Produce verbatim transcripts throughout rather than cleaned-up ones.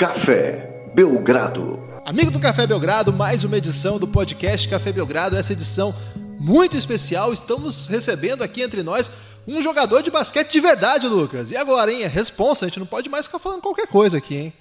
Café Belgrado. Amigo do Café Belgrado, mais uma edição do podcast Café Belgrado. Essa edição muito especial. Estamos recebendo aqui entre nós um jogador de basquete de verdade, Lucas. E agora, hein? É responsa, a gente não pode mais ficar falando qualquer coisa aqui, hein?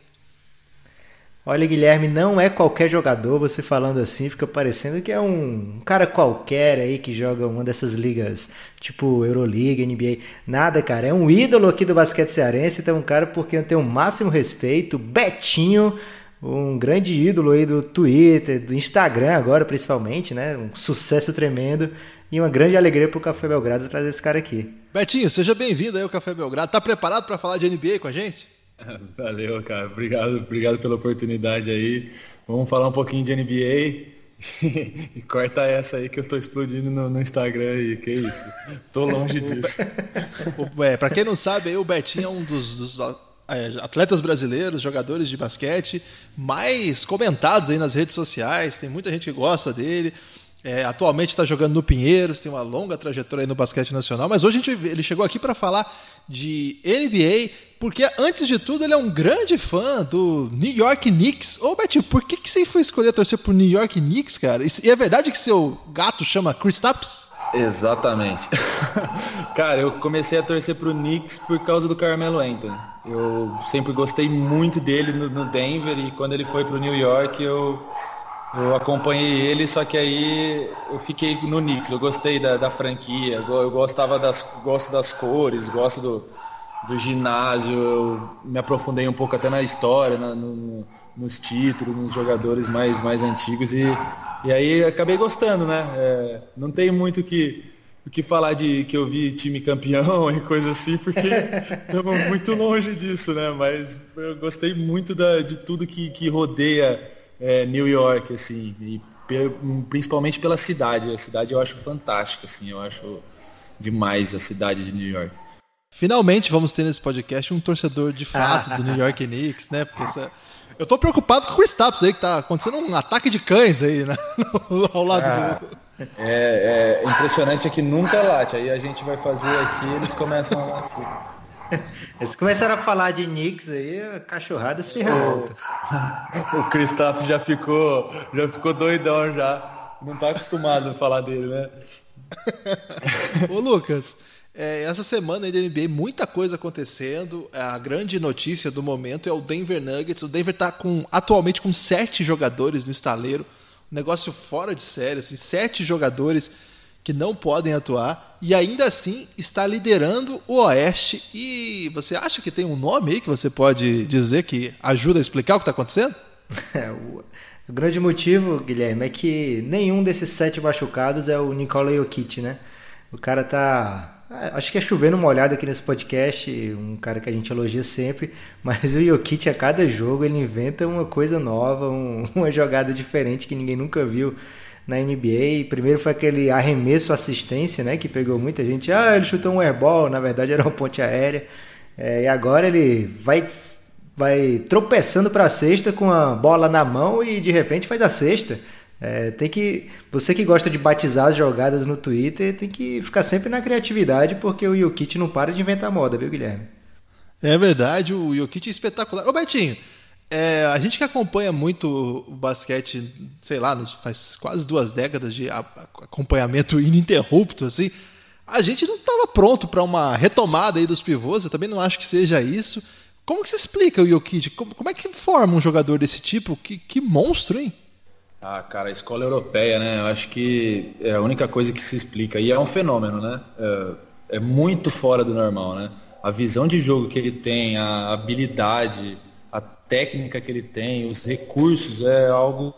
Olha, Guilherme, não é qualquer jogador. Você falando assim fica parecendo que é um cara qualquer aí que joga uma dessas ligas tipo Euroliga, N B A. Nada, cara, é um ídolo aqui do basquete cearense. Então um cara porque eu tenho o máximo respeito, Betinho, um grande ídolo aí do Twitter, do Instagram agora principalmente, né? Um sucesso tremendo e uma grande alegria pro Café Belgrado trazer esse cara aqui. Betinho, seja bem-vindo aí ao Café Belgrado. Tá preparado para falar de N B A com a gente? Valeu, cara. Obrigado, obrigado pela oportunidade aí. Vamos falar um pouquinho de N B A e corta essa aí que eu tô explodindo no, no Instagram aí. Que isso? Tô longe disso. É, pra quem não sabe, aí, o Betinho é um dos, dos é, atletas brasileiros, jogadores de basquete mais comentados aí nas redes sociais. Tem muita gente que gosta dele. É, atualmente está jogando no Pinheiros, tem uma longa trajetória aí no basquete nacional, mas hoje a gente, ele chegou aqui para falar de N B A, porque antes de tudo ele é um grande fã do New York Knicks. Ô Betinho, por que, que você foi escolher torcer pro New York Knicks, cara? E é verdade que seu gato chama Kristaps? Exatamente. Cara, eu comecei a torcer pro Knicks por causa do Carmelo Anthony. Eu sempre gostei muito dele no, no Denver, e quando ele foi pro New York eu... Eu acompanhei ele, só que aí eu fiquei no Knicks. Eu gostei da, da franquia, eu gostava das, gosto das cores, gosto do, do ginásio. Eu me aprofundei um pouco até na história, na, no, nos títulos, nos jogadores mais, mais antigos. E, e aí acabei gostando, né? É, não tem muito o que, o que falar de que eu vi time campeão e coisa assim, porque estamos muito longe disso, né? Mas eu gostei muito da, de tudo que, que rodeia É, New York, assim, e pe- principalmente pela cidade. A cidade eu acho fantástica, assim, eu acho demais a cidade de New York. Finalmente vamos ter nesse podcast um torcedor de fato do New York Knicks, né? Porque essa... eu tô preocupado com o Kristaps aí, que tá acontecendo um ataque de cães aí, né? Ao lado ah, do... É, é impressionante é que nunca late, aí a gente vai fazer aqui e eles começam a latir. Eles começaram a falar de Knicks aí, a cachorrada se revolta. O, o Kristaps já ficou, já ficou doidão já. Não tá acostumado a falar dele, né? Ô Lucas, é, essa semana aí da N B A, muita coisa acontecendo. A grande notícia do momento é o Denver Nuggets. O Denver tá com, atualmente com sete jogadores no estaleiro. Um negócio fora de série, assim, sete jogadores que não podem atuar, e ainda assim está liderando o Oeste. E você acha que tem um nome aí que você pode dizer que ajuda a explicar o que está acontecendo? É, o, o grande motivo, Guilherme, é que nenhum desses sete machucados é o Nikola Jokic, né? O cara tá... Acho que é chovendo molhado aqui nesse podcast, um cara que a gente elogia sempre, mas o Jokic a cada jogo ele inventa uma coisa nova, um, uma jogada diferente que ninguém nunca viu na N B A. Primeiro foi aquele arremesso assistência, né, que pegou muita gente. Ah, ele chutou um airball, na verdade era uma ponte aérea. É, e agora ele vai, vai tropeçando para a cesta com a bola na mão e de repente faz a cesta. É, tem que, você que gosta de batizar as jogadas no Twitter tem que ficar sempre na criatividade, porque o Jokic não para de inventar moda, viu, Guilherme? É verdade, o Jokic é espetacular. Ô Betinho, É, a gente que acompanha muito o basquete, sei lá, faz quase duas décadas de acompanhamento ininterrupto, assim, a gente não estava pronto para uma retomada aí dos pivôs. Eu também não acho que seja isso. Como que se explica o Jokic? Como, como é que forma um jogador desse tipo? Que, que monstro, hein? Ah, cara, a escola europeia, né? Eu acho que é a única coisa que se explica. E é um fenômeno, né? É, é muito fora do normal, né? A visão de jogo que ele tem, a habilidade, a técnica que ele tem, os recursos, é algo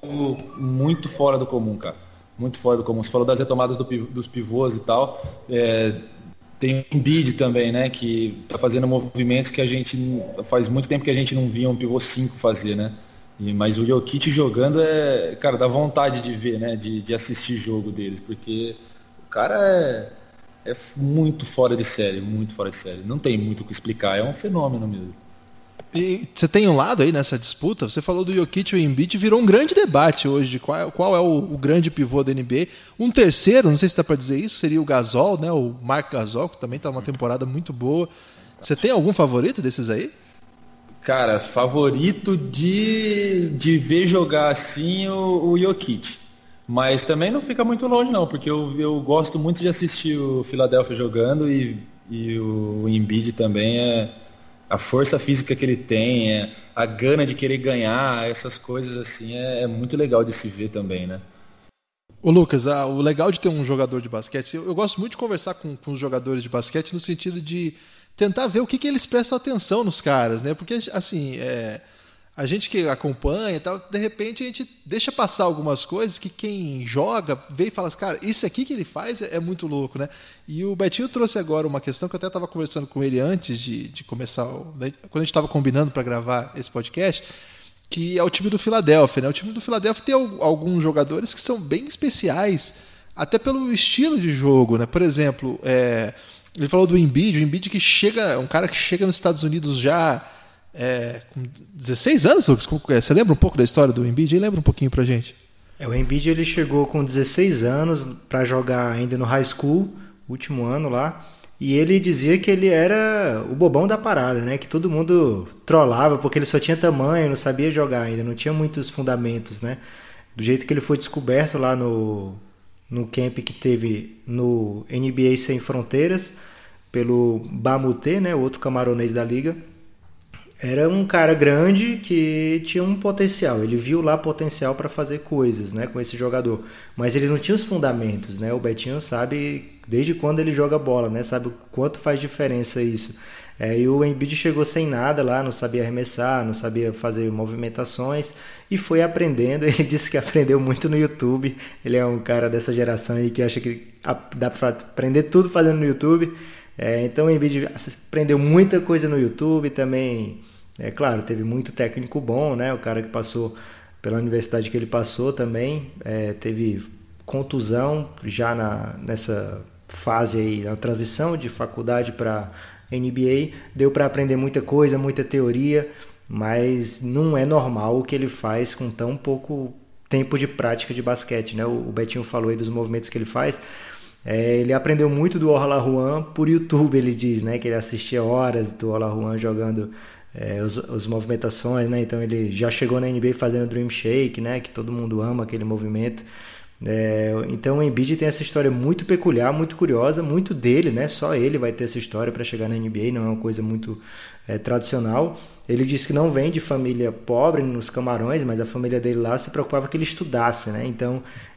muito fora do comum, cara. Muito fora do comum. Você falou das retomadas do, dos pivôs e tal. É, tem o Embiid também, né? Que tá fazendo movimentos que a gente... Faz muito tempo que a gente não via um pivô cinco fazer, né? E, mas o Jokic jogando é... Cara, dá vontade de ver, né? De, de assistir jogo deles, porque o cara é... É muito fora de série, muito fora de série. Não tem muito o que explicar, é um fenômeno mesmo. E você tem um lado aí nessa disputa, você falou do Jokic e o Embiid, virou um grande debate hoje de qual, qual é o, o grande pivô da N B A. Um terceiro, não sei se dá para dizer isso, seria o Gasol, né? O Marc Gasol, que também está numa temporada muito boa. Você tem algum favorito desses aí? Cara, favorito de, de ver jogar assim o, o Jokic. Mas também não fica muito longe não, porque eu, eu gosto muito de assistir o Philadelphia jogando e, e o Embiid também é a força física que ele tem, é a gana de querer ganhar, essas coisas assim, é, é muito legal de se ver também, né? Ô Lucas, ah, o legal de ter um jogador de basquete, eu, eu gosto muito de conversar com, com os jogadores de basquete no sentido de tentar ver o que, que eles prestam atenção nos caras, né? Porque, assim, é, a gente que acompanha e tal, de repente a gente deixa passar algumas coisas que quem joga vê e fala, cara, isso aqui que ele faz é, é muito louco, né? E o Betinho trouxe agora uma questão que eu até estava conversando com ele antes de, de começar, o, né, quando a gente estava combinando para gravar esse podcast, que é o time do Philadelphia, né? O time do Philadelphia tem alguns jogadores que são bem especiais, até pelo estilo de jogo, né? Por exemplo, é, ele falou do Embiid, o Embiid que chega, um cara que chega nos Estados Unidos já é, com dezesseis anos, Lucas. Você lembra um pouco da história do Embiid? Lembra um pouquinho pra gente. É, o Embiid ele chegou com dezesseis anos para jogar ainda no high school, último ano lá. E ele dizia que ele era o bobão da parada, né? Que todo mundo trollava porque ele só tinha tamanho, não sabia jogar ainda, não tinha muitos fundamentos, né? Do jeito que ele foi descoberto lá no, no camp que teve no N B A Sem Fronteiras, pelo Bamute, né? O outro camaronês da liga. Era um cara grande que tinha um potencial. Ele viu lá potencial para fazer coisas, né, com esse jogador. Mas ele não tinha os fundamentos, né? O Betinho sabe desde quando ele joga bola, né? Sabe o quanto faz diferença isso. É, e o Embiid chegou sem nada lá, não sabia arremessar, não sabia fazer movimentações e foi aprendendo. Ele disse que aprendeu muito no YouTube. Ele é um cara dessa geração aí que acha que dá para aprender tudo fazendo no YouTube. É, então o Embiid aprendeu muita coisa no YouTube também. É claro, teve muito técnico bom, né? O cara que passou pela universidade que ele passou também, é, teve contusão já na, nessa fase aí, na transição de faculdade para N B A. Deu para aprender muita coisa, muita teoria, mas não é normal o que ele faz com tão pouco tempo de prática de basquete, né? O, o Betinho falou aí dos movimentos que ele faz. É, ele aprendeu muito do Olajuwon por YouTube, ele diz, né? Que ele assistia horas do Olajuwon jogando é, os, as movimentações, né? Então ele já chegou na N B A fazendo Dream Shake, né? Que todo mundo ama aquele movimento. É, então o Embiid tem essa história muito peculiar, muito curiosa, muito dele, né? Só ele vai ter essa história para chegar na N B A, não é uma coisa muito é, tradicional. Ele disse que não vem de família pobre nos Camarões, mas a família dele lá se preocupava que ele estudasse, né? Então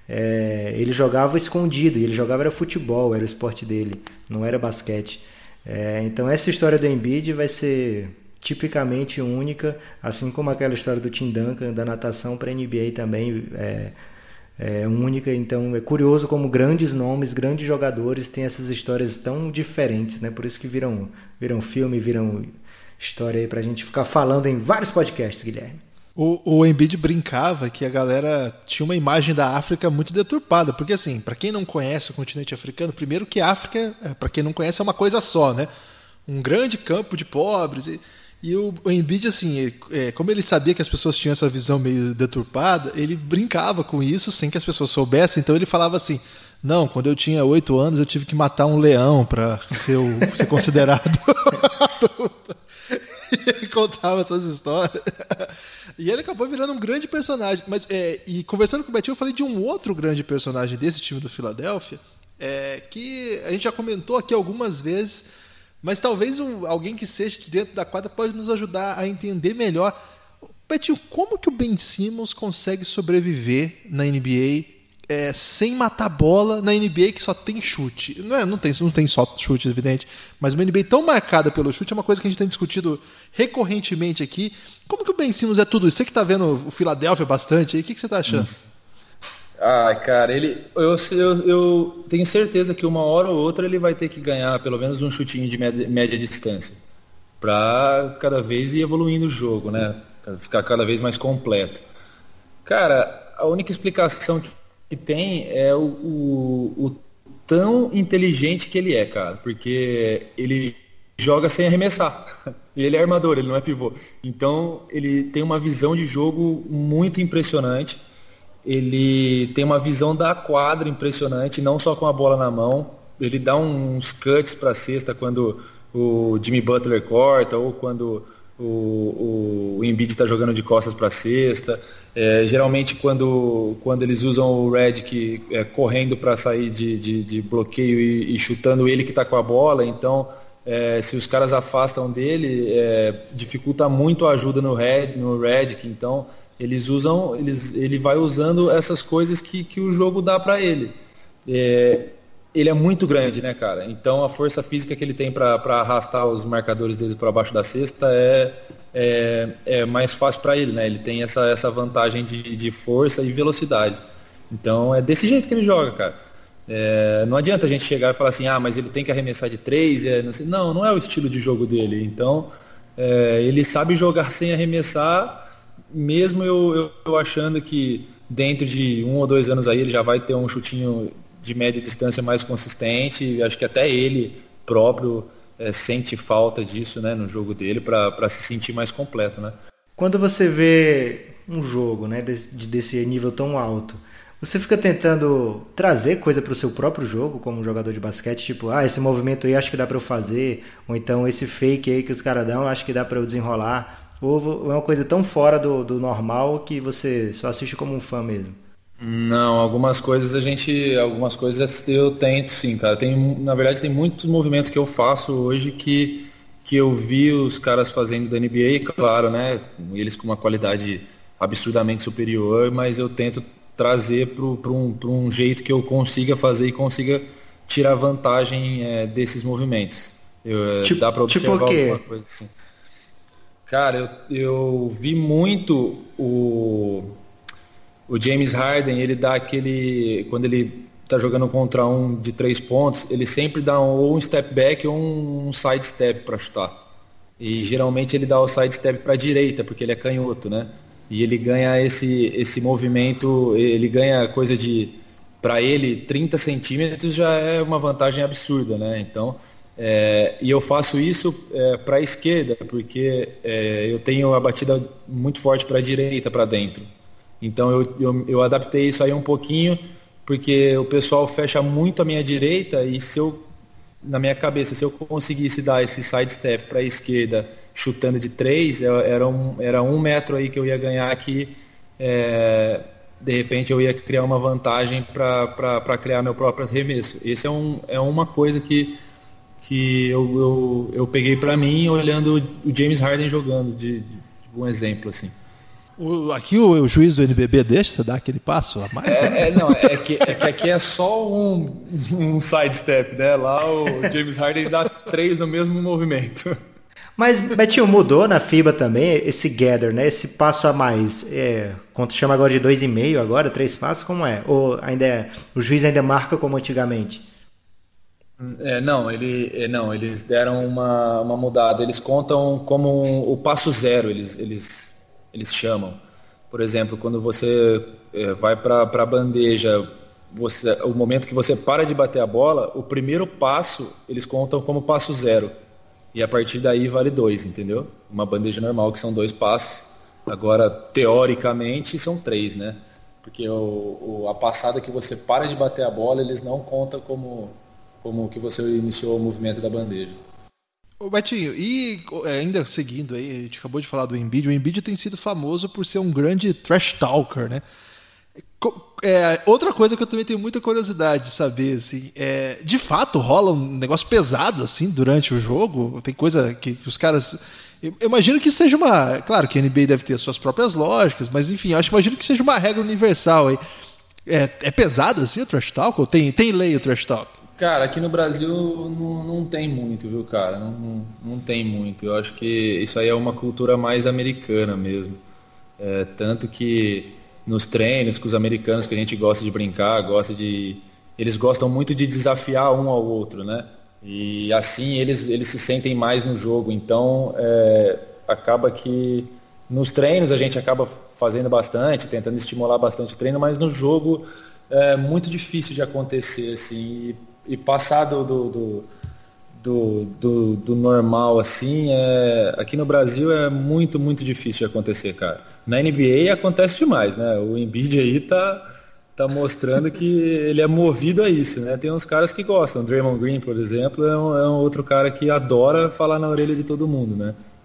é, ele jogava escondido, e ele jogava era futebol, era o esporte dele, não era basquete. É, então essa história do Embiid vai ser tipicamente única, assim como aquela história do Tim Duncan da natação para a N B A também é, é única. Então é curioso como grandes nomes, grandes jogadores têm essas histórias tão diferentes, né? Por isso que viram, viram filme, viram história aí pra gente ficar falando em vários podcasts, Guilherme. O, o Embiid brincava que a galera tinha uma imagem da África muito deturpada, porque assim, para quem não conhece o continente africano, primeiro que a África, para quem não conhece, é uma coisa só, né? Um grande campo de pobres. E, e o, o Embiid, assim, ele, é, como ele sabia que as pessoas tinham essa visão meio deturpada, ele brincava com isso sem que as pessoas soubessem. Então ele falava assim: não, quando eu tinha oito anos eu tive que matar um leão para ser, o, ser considerado adulto. E ele contava essas histórias. E ele acabou virando um grande personagem. Mas, é, e conversando com o Betinho, eu falei de um outro grande personagem desse time do Philadelphia, é, que a gente já comentou aqui algumas vezes, mas talvez um, alguém que seja dentro da quadra pode nos ajudar a entender melhor. Betinho, como que o Ben Simmons consegue sobreviver na N B A é, sem matar bola na N B A que só tem chute? Não, é, não, tem, não tem só chute, evidente, mas uma N B A tão marcada pelo chute é uma coisa que a gente tem discutido recorrentemente aqui. Como que o Ben Simmons é tudo isso? Você que está vendo o Philadelphia bastante aí, o que, que você está achando? Ah, cara, ele, eu, eu, eu tenho certeza que uma hora ou outra ele vai ter que ganhar pelo menos um chutinho de média, média distância para cada vez ir evoluindo o jogo, né? Ficar cada vez mais completo. Cara, a única explicação que que tem é o, o, o tão inteligente que ele é, cara, porque ele joga sem arremessar. E ele é armador, ele não é pivô. Então ele tem uma visão de jogo muito impressionante. Ele tem uma visão da quadra impressionante, não só com a bola na mão. Ele dá uns cuts para a cesta quando o Jimmy Butler corta ou quando o, o Embiid está jogando de costas para a cesta. É, geralmente quando, quando eles usam o Redick é, correndo para sair de, de, de bloqueio e, e chutando ele que está com a bola, então é, se os caras afastam dele, é, dificulta muito a ajuda no, Red, no Redick, então eles usam, eles, ele vai usando essas coisas que, que o jogo dá para ele. É, ele é muito grande, né, cara? Então a força física que ele tem para arrastar os marcadores dele para baixo da cesta é, é, é mais fácil para ele, né? Ele tem essa, essa vantagem de, de força e velocidade. Então é desse jeito que ele joga, cara. É, não adianta a gente chegar e falar assim, ah, mas ele tem que arremessar de três. É, não, sei. não, não é o estilo de jogo dele. Então é, ele sabe jogar sem arremessar, mesmo eu, eu, eu achando que dentro de um ou dois anos aí ele já vai ter um chutinho de média distância mais consistente. Acho que até ele próprio é, sente falta disso, né, no jogo dele para se sentir mais completo, né? Quando você vê um jogo, né, desse, desse nível tão alto, você fica tentando trazer coisa para o seu próprio jogo como jogador de basquete, tipo, ah, esse movimento aí acho que dá para eu fazer, ou então esse fake aí que os caras dão acho que dá para eu desenrolar, ou é uma coisa tão fora do, do normal que você só assiste como um fã mesmo? Não, algumas coisas a gente, algumas coisas eu tento sim, cara. Tem, na verdade tem muitos movimentos que eu faço hoje que, que eu vi os caras fazendo da N B A, claro, né, eles com uma qualidade absurdamente superior, mas eu tento trazer para um, um jeito que eu consiga fazer e consiga tirar vantagem é, desses movimentos. Eu, tipo, dá para observar tipo o quê? alguma coisa assim. Cara, eu, eu vi muito o O James Harden, ele dá aquele, quando ele tá jogando contra um de três pontos, ele sempre dá um, ou um step back ou um side step para chutar. E geralmente ele dá o side step para a direita, porque ele é canhoto, né? E ele ganha esse, esse movimento, ele ganha coisa de, para ele, trinta centímetros já é uma vantagem absurda, né? Então, é, e eu faço isso é, para a esquerda, porque é, eu tenho a batida muito forte para a direita, para dentro. Então eu, eu, eu adaptei isso aí um pouquinho, porque o pessoal fecha muito a minha direita e se eu, na minha cabeça, se eu conseguisse dar esse side step para a esquerda chutando de três, era um, era um metro aí que eu ia ganhar que é, de repente eu ia criar uma vantagem para criar meu próprio arremesso. Esse é, um, é uma coisa que, que eu, eu, eu peguei para mim olhando o James Harden jogando, de, de um exemplo assim. O, aqui o, o juiz do N B B deixa você dar aquele passo a mais? É, né? é, não, é que, é que aqui é só um, um sidestep, né? Lá o James Harden dá três no mesmo movimento. Mas, Betinho, mudou na FIBA também esse gather, né? Esse passo a mais. É, quanto chama agora de dois e meio agora, três passos, como é? Ou ainda é, o juiz ainda marca como antigamente? É, não, ele, não, eles deram uma, uma mudada. Eles contam como um, o passo zero, eles... eles eles chamam. Por exemplo, quando você é, vai para a bandeja, você, o momento que você para de bater a bola, o primeiro passo eles contam como passo zero. E a partir daí vale dois, entendeu? Uma bandeja normal que são dois passos. Agora, teoricamente, são três, né? Porque o, o, a passada que você para de bater a bola, eles não contam como, como que você iniciou o movimento da bandeja. Ô Betinho, e ainda seguindo aí, a gente acabou de falar do Embiid, o Embiid tem sido famoso por ser um grande trash talker, né? É, outra coisa que eu também tenho muita curiosidade de saber, assim, é, de fato rola um negócio pesado, assim, durante o jogo? Tem coisa que, que os caras... Eu imagino que seja uma... Claro que a N B A deve ter suas próprias lógicas, mas enfim, eu acho, imagino que seja uma regra universal aí. É, é pesado, assim, o trash talk? Ou tem, tem lei o trash talk? Cara, aqui no Brasil não, não tem muito, viu, cara? Não, não, não tem muito. Eu acho que isso aí é uma cultura mais americana mesmo. É, tanto que nos treinos com os americanos que a gente gosta de brincar, gosta de... Eles gostam muito de desafiar um ao outro, né? E assim eles, eles se sentem mais no jogo. Então, é, acaba que nos treinos a gente acaba fazendo bastante, tentando estimular bastante o treino, mas no jogo é muito difícil de acontecer, assim... E passar do, do, do, do, do, do normal, assim, é, aqui no Brasil é muito, muito difícil de acontecer, cara. Na N B A acontece demais, né? O Embiid aí tá, tá mostrando que ele é movido a isso, né? Tem uns caras que gostam. O Draymond Green, por exemplo, é um, é um outro cara que adora falar na orelha de todo mundo, né?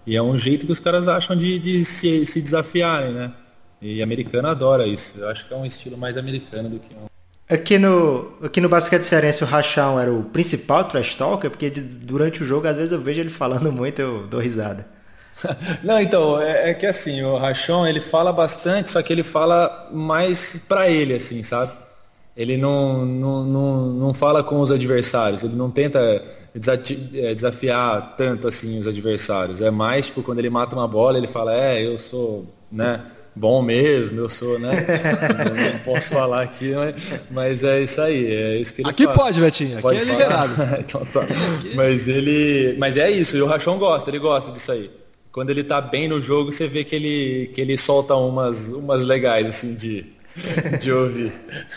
E é um jeito que os caras acham de, de se, se desafiarem, né? E americano adora isso. Eu acho que é um estilo mais americano do que um. Aqui no, aqui no basquete cearense o Rachão era o principal trash talker, porque de, durante o jogo às vezes eu vejo ele falando muito, eu dou risada. Não, então, é, é que assim, o Rachon, ele fala bastante, só que ele fala mais pra ele, assim, sabe? Ele não, não, não, não fala com os adversários, ele não tenta desafiar tanto assim os adversários. É mais, tipo, quando ele mata uma bola, ele fala, é, eu sou, né, bom mesmo, eu sou, né, eu não posso falar aqui, mas, mas é isso aí, é isso que ele aqui fala. Pode, Betinho, aqui pode é liberado. Então, tá. Mas ele, mas é isso, e o Rachon gosta, ele gosta disso aí. Quando ele tá bem no jogo, você vê que ele, que ele solta umas, umas legais, assim, de, de ouvir.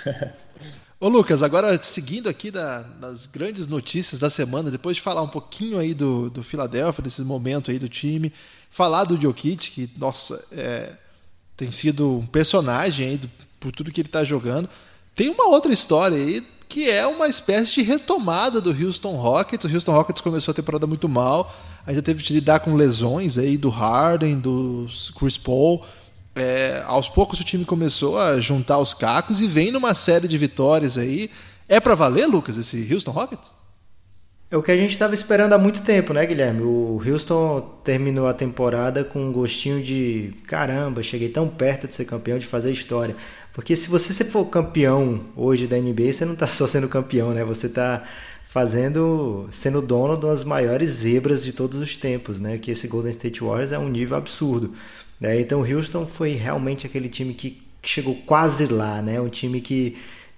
Ô Lucas, agora seguindo aqui da, das grandes notícias da semana, depois de falar um pouquinho aí do, do Philadelphia, desse momento aí do time, falar do Jokic, que, nossa, é, tem sido um personagem aí do, por tudo que ele tá jogando, tem uma outra história aí, que é uma espécie de retomada do Houston Rockets. O Houston Rockets começou a temporada muito mal, ainda teve que lidar com lesões aí do Harden, do Chris Paul. É, aos poucos o time começou a juntar os cacos e vem numa série de vitórias aí. É pra valer, Lucas, esse Houston Rockets? É o que a gente estava esperando há muito tempo, né, Guilherme? O Houston terminou a temporada com um gostinho de caramba, cheguei tão perto de ser campeão, de fazer história. Porque se você for campeão hoje da N B A, você não está só sendo campeão, né? Você está fazendo, sendo dono das maiores zebras de todos os tempos, né? Que esse Golden State Warriors é um nível absurdo. É, então o Houston foi realmente aquele time que chegou quase lá, né? Um time que,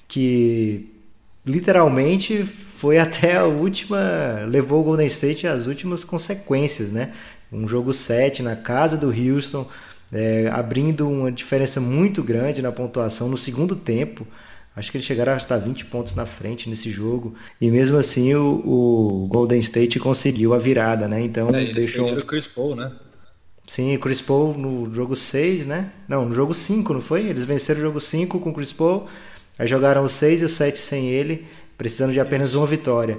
que literalmente foi até a última, levou o Golden State às últimas consequências, né? Um jogo sete na casa do Houston, é, abrindo uma diferença muito grande na pontuação no segundo tempo. Acho que eles chegaram a estar vinte pontos na frente nesse jogo. E mesmo assim o, o Golden State conseguiu a virada, né? Então é, eles deixou perderam o Chris Paul, né? Sim, o Chris Paul no jogo seis, né? Não, no jogo cinco, não foi? Eles venceram o jogo cinco com o Chris Paul, aí jogaram o seis e o sete sem ele, precisando de apenas uma vitória.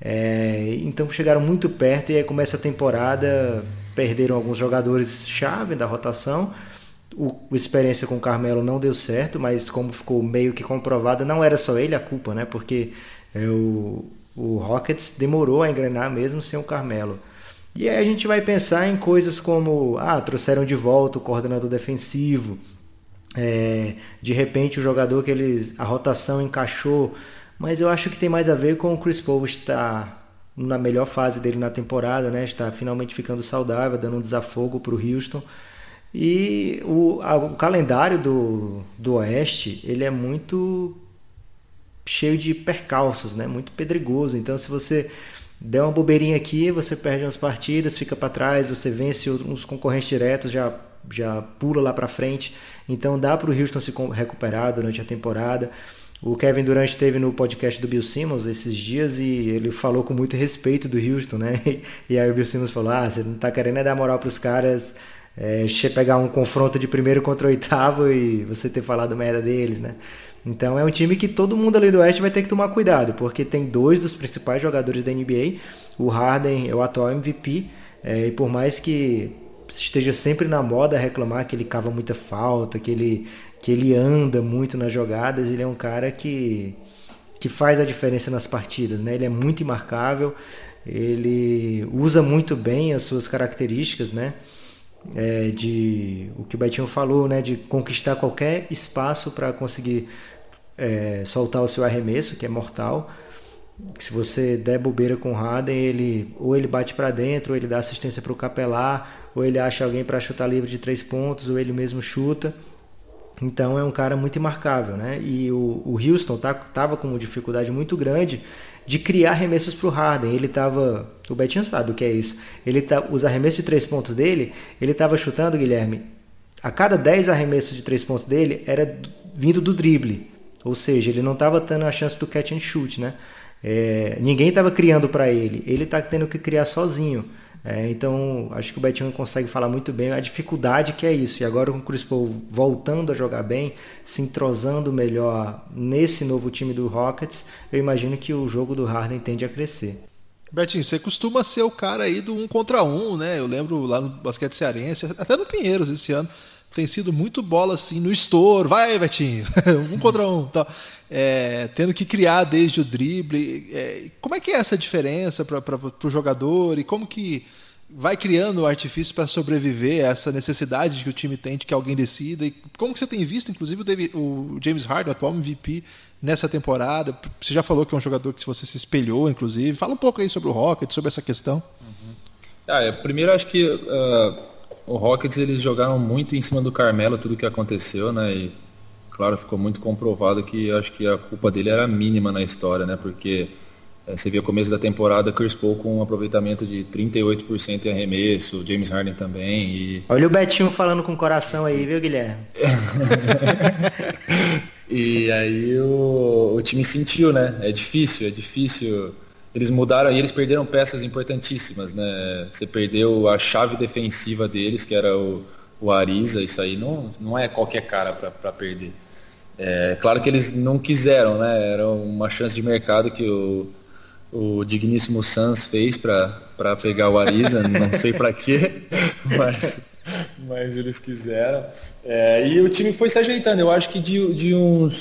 É, então chegaram muito perto e aí começa a temporada, perderam alguns jogadores-chave da rotação. O, o experiência com o Carmelo não deu certo, mas como ficou meio que comprovado, não era só ele a culpa, né? Porque é, o, o Rockets demorou a engrenar mesmo sem o Carmelo. E aí a gente vai pensar em coisas como, ah, trouxeram de volta o coordenador defensivo, é, de repente o jogador que eles, a rotação encaixou, mas eu acho que tem mais a ver com o Chris Paul estar na melhor fase dele na temporada, né? Está finalmente ficando saudável, dando um desafogo para o Houston. E o, a, o calendário do, do Oeste, ele é muito cheio de percalços, né? Muito pedregoso, então se você der uma bobeirinha aqui, você perde umas partidas, fica para trás, você vence uns concorrentes diretos, já, já pula lá para frente. Então dá para o Houston se recuperar durante a temporada. O Kevin Durant esteve no podcast do Bill Simmons esses dias e ele falou com muito respeito do Houston, né? E aí o Bill Simmons falou, ah, você não tá querendo é dar moral para os caras, é, pegar um confronto de primeiro contra o oitavo e você ter falado merda deles, né? Então é um time que todo mundo ali do Oeste vai ter que tomar cuidado, porque tem dois dos principais jogadores da N B A. O Harden é o atual M V P, é, e por mais que esteja sempre na moda reclamar que ele cava muita falta, que ele, que ele anda muito nas jogadas, ele é um cara que, que faz a diferença nas partidas, né? Ele é muito imarcável, ele usa muito bem as suas características, né? É, de o que o Betinho falou, né, de conquistar qualquer espaço para conseguir é, soltar o seu arremesso, que é mortal. Se você der bobeira com o Harden, ele, ou ele bate para dentro, ou ele dá assistência para o Capelar, ou ele acha alguém para chutar livre de três pontos, ou ele mesmo chuta. Então é um cara muito imarcável, né? E o, o Houston tá, tava com uma dificuldade muito grande de criar arremessos para o Harden. Ele tava, o Betinho sabe o que é isso. Ele tá, os arremessos de três pontos dele, ele estava chutando, Guilherme, a cada dez arremessos de três pontos dele era vindo do drible. Ou seja, ele não estava tendo a chance do catch and shoot, né? É, ninguém estava criando para ele. Ele está tendo que criar sozinho. É, então, acho que o Betinho consegue falar muito bem a dificuldade que é isso. E agora com o Chris Paul voltando a jogar bem, se entrosando melhor nesse novo time do Rockets, eu imagino que o jogo do Harden tende a crescer. Betinho, você costuma ser o cara aí do um contra um, né? Eu lembro lá no basquete cearense, até no Pinheiros esse ano, tem sido muito bola assim no estouro. Vai, Betinho, um contra um. Tá. É, tendo que criar desde o drible. É, como é que é essa diferença para o jogador e como que vai criando o artifício para sobreviver a essa necessidade que o time tem de que alguém decida? E como que você tem visto, inclusive, o, David, o James Harden, atual M V P, nessa temporada? Você já falou que é um jogador que você se espelhou, inclusive. Fala um pouco aí sobre o Rockets, sobre essa questão. Uhum. Ah, é, primeiro, acho que uh, o Rockets eles jogaram muito em cima do Carmelo, tudo que aconteceu, né? E, claro, ficou muito comprovado que acho que a culpa dele era mínima na história, né? Porque uh, você viu o começo da temporada, Chris Paul com um aproveitamento de trinta e oito por cento em arremesso, James Harden também. E... Olha o Betinho falando com o coração aí, viu, Guilherme? E aí o, o time sentiu, né? É difícil, é difícil. Eles mudaram e eles perderam peças importantíssimas, né? Você perdeu a chave defensiva deles, que era o, o Ariza. Isso aí não, não é qualquer cara para perder. É claro que eles não quiseram, né? Era uma chance de mercado que o, o digníssimo Suns fez para pegar o Ariza. Não sei para quê, mas... mas eles quiseram. É, e o time foi se ajeitando. Eu acho que de, de